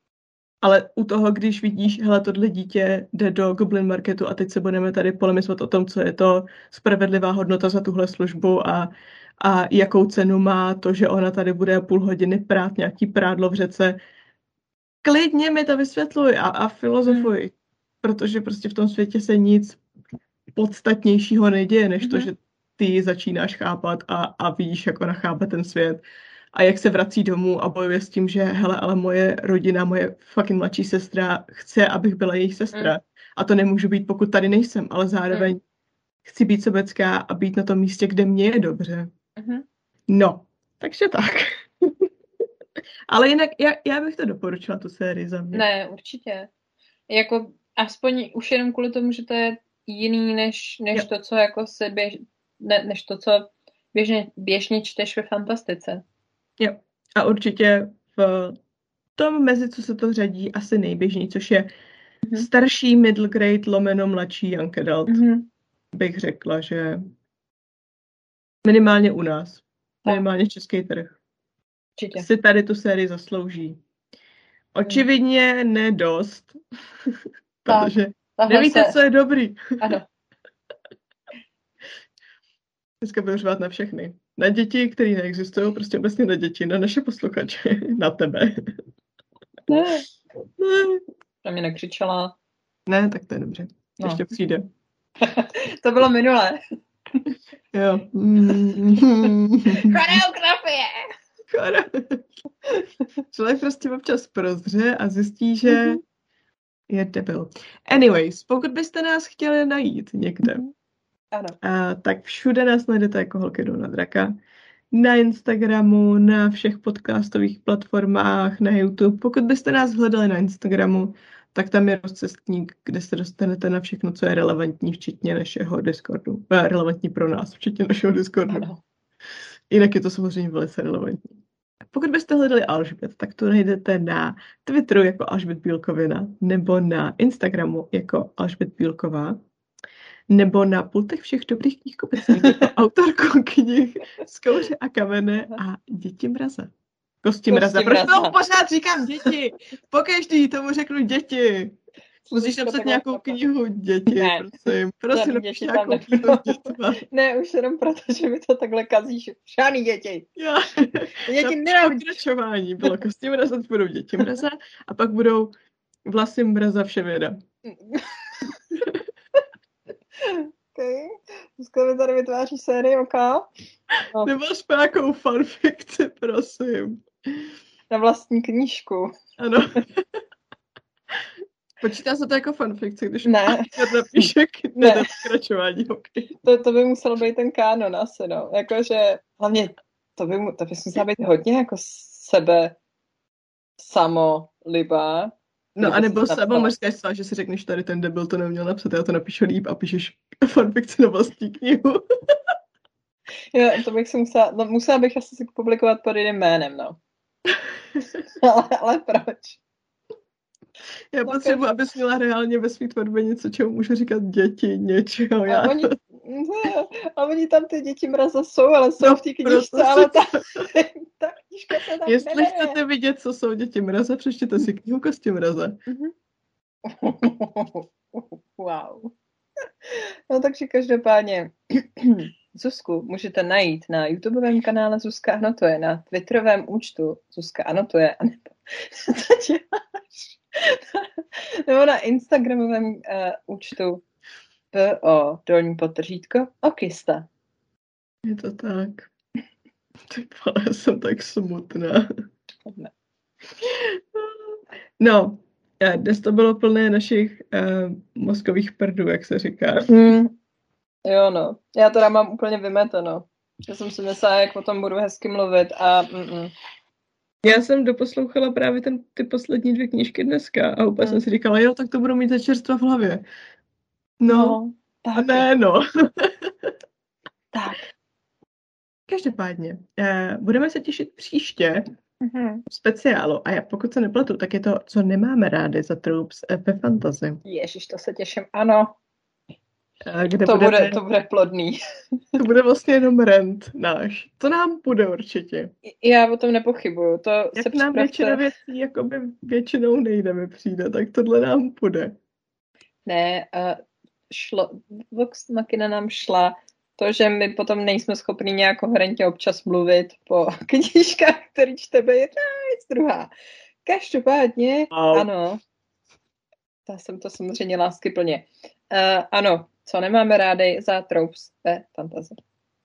Ale u toho, když vidíš, hele, tohle dítě jde do Goblin Marketu a teď se budeme tady polemizovat o tom, co je to spravedlivá hodnota za tuhle službu a a jakou cenu má to, že ona tady bude půl hodiny prát nějaký prádlo v řece. Klidně mi to vysvětluj a, a filozofuj, hmm. protože prostě v tom světě se nic podstatnějšího neděje, než hmm. to, že ty začínáš chápat a, a víš, jak ona chápe ten svět. A jak se vrací domů a bojuje s tím, že hele, ale moje rodina, moje fucking mladší sestra chce, abych byla jejich sestra. Mm. A to nemůžu být, pokud tady nejsem, ale zároveň mm. chci být sobecká a být na tom místě, kde mě je dobře. Mm-hmm. No, takže tak. Ale jinak já, já bych to doporučila, tu sérii za mě. Ne, určitě. Jako aspoň už jenom kvůli tomu, že to je jiný, než, než to, co jako se běž, ne, než to, co běžně, běžně čteš ve fantastice. Jo. A určitě v tom mezi, co se to řadí, asi nejběžněji, což je mm-hmm. starší middle grade lomeno mladší young adult. Mm-hmm. Bych řekla, že minimálně u nás. Tak. Minimálně český trh. Určitě. Si tady tu sérii zaslouží. Očividně ne dost, protože tak, nevíte, se... co je dobrý. Ano. Dneska budu řvát na všechny. Na děti, které neexistují, prostě obecně na děti, na naše posluchače, na tebe. Ne. Ne. Na mě nekřičela. Ne, tak to je dobře. No. Ještě přijde. To bylo minulé. Jo. Choreografie! Člověk prostě občas prozře a zjistí, že je debil. Anyways, pokud byste nás chtěli najít někde, ano. A, tak všude nás najdete jako Holky jdou na draka. Na Instagramu, na všech podcastových platformách, na YouTube. Pokud byste nás hledali na Instagramu, tak tam je rozcestník, kde se dostanete na všechno, co je relevantní, včetně našeho Discordu. Relevantní pro nás, včetně našeho Discordu. Ano. Jinak je to samozřejmě velice relevantní. Pokud byste hledali Alžbět, tak to najdete na Twitteru jako Alžbět Bílkovina, nebo na Instagramu jako Alžbět Bílková, nebo na pultech všech dobrých knihkupeců jako autorku knih Z kouře a kamene a Děti mraza. Kosti mraza. Proč to pořád říkám děti? Pokaždý tomu řeknu děti. Musíš napsat nějakou knihu děti, ne, prosím. Prosím, napiš nějakou knihu dětma. Ne, už jenom proto, že mi to takhle kazíš. Žádný děti. Já. Děti nemám. Pokračování bylo Kosti mraza, budou Děti mraza a pak budou Vlasy mraza Vševěda. Okay. Dneska mi tady vytváří sérii, ok? No. Nemáš nějakou fanfikci, prosím. Na vlastní knížku. Ano. Počítá se to jako fanfikce, když ne. napíše knihu do pokračování. Okay. To, to by musel být ten kánon asi, no. Jakože, hlavně to by, to by musela být hodně jako sebe samolibá. No a nebo sama mořská svá, že si řekneš, tady ten debil to neměl napsat, já to napíšu líp a píšeš fanfikci na vlastní knihu. Jo, to bych si musela, no, musela bych asi si publikovat pod jiným jménem, no. ale, ale proč? Já no, potřebuji, to... abys měla reálně ve svý tvorbě něco, čemu můžu říkat děti, něčeho. Já a, oni, to... ne, a oni tam ty Děti mraza jsou, ale jsou no, v té knižce, ale ta, ta knižka se tam Jestli nevede. chcete vidět, co jsou Děti mraza, přečtěte si knihu Kosti mraza. Wow. No takže každopádně Zuzku můžete najít na YouTubeovém kanále Zuzka anotuje, na Twitterovém účtu Zuzka anotuje, a nebo co děláš? Nebo na Instagramovém uh, účtu P O dolní podtržítko Okista. Je to tak. Ty vole, já jsem tak smutná. Ne. No, dnes to bylo plné našich uh, mozkových prdů, jak se říká. Mm. Jo, no. Já teda mám úplně vymeteno. Já jsem si myslela, jak o tom budu hezky mluvit a mm-mm. Já jsem doposlouchala právě ten, ty poslední dvě knížky dneska a úplně mm. jsem si říkala, jo, tak to budu mít za čerstva v hlavě. No, no tak. A ne, no. Tak. Každopádně, eh, budeme se těšit příště mm-hmm. speciálu a já, pokud se nepletu, tak je to, co nemáme rádi za tropes eh, ve fantasy. Ježiš, to se těším, ano. Kde to, budeme, bude, to bude plodný. To bude vlastně jenom rent náš. To nám bude určitě. Já o tom nepochybuju. To Jak se nám připravte. Většina věcí jakoby většinou nejde mi přijde, tak tohle nám bude. Ne, uh, šlo, Vox Machina nám šla to, že my potom nejsme schopni nějak koherentně občas mluvit po knížkách, který čteme jedna věc druhá. Každopádně, wow. Ano, já jsem to samozřejmě láskyplně. Uh, ano, co nemáme rádi za tropes ve fantasy.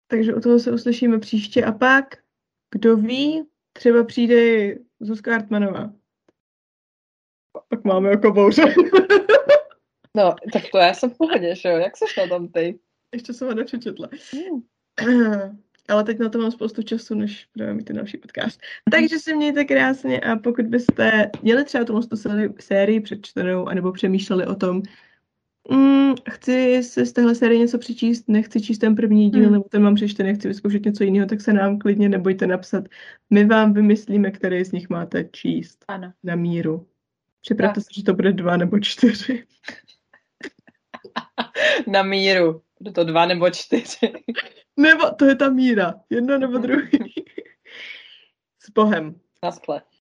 Takže u toho se uslyšíme příště a pak, kdo ví, třeba přijde Zuzka Hartmanová. Pak máme jako bouře. No, tak to já jsem v pohodě, že jo? Jak seš na tom ty? Ještě jsem ho nepřečetla. Hmm. Ale teď na to mám spoustu času, než budeme mít ten další podcast. Takže se mějte krásně a pokud byste měli třeba tomu sérii přečtenou anebo přemýšleli o tom, mm, chci se z téhle série něco přečíst, nechci číst ten první díl, hmm. nebo ten mám přečtený, chci vyzkoušet něco jiného, tak se nám klidně nebojte napsat. My vám vymyslíme, který z nich máte číst. Ano. Na míru. Připravte se, že to bude dva nebo čtyři. Na míru. Bude to dva nebo čtyři. Nebo to je ta míra. Jedno nebo druhý. S Bohem. Naschle.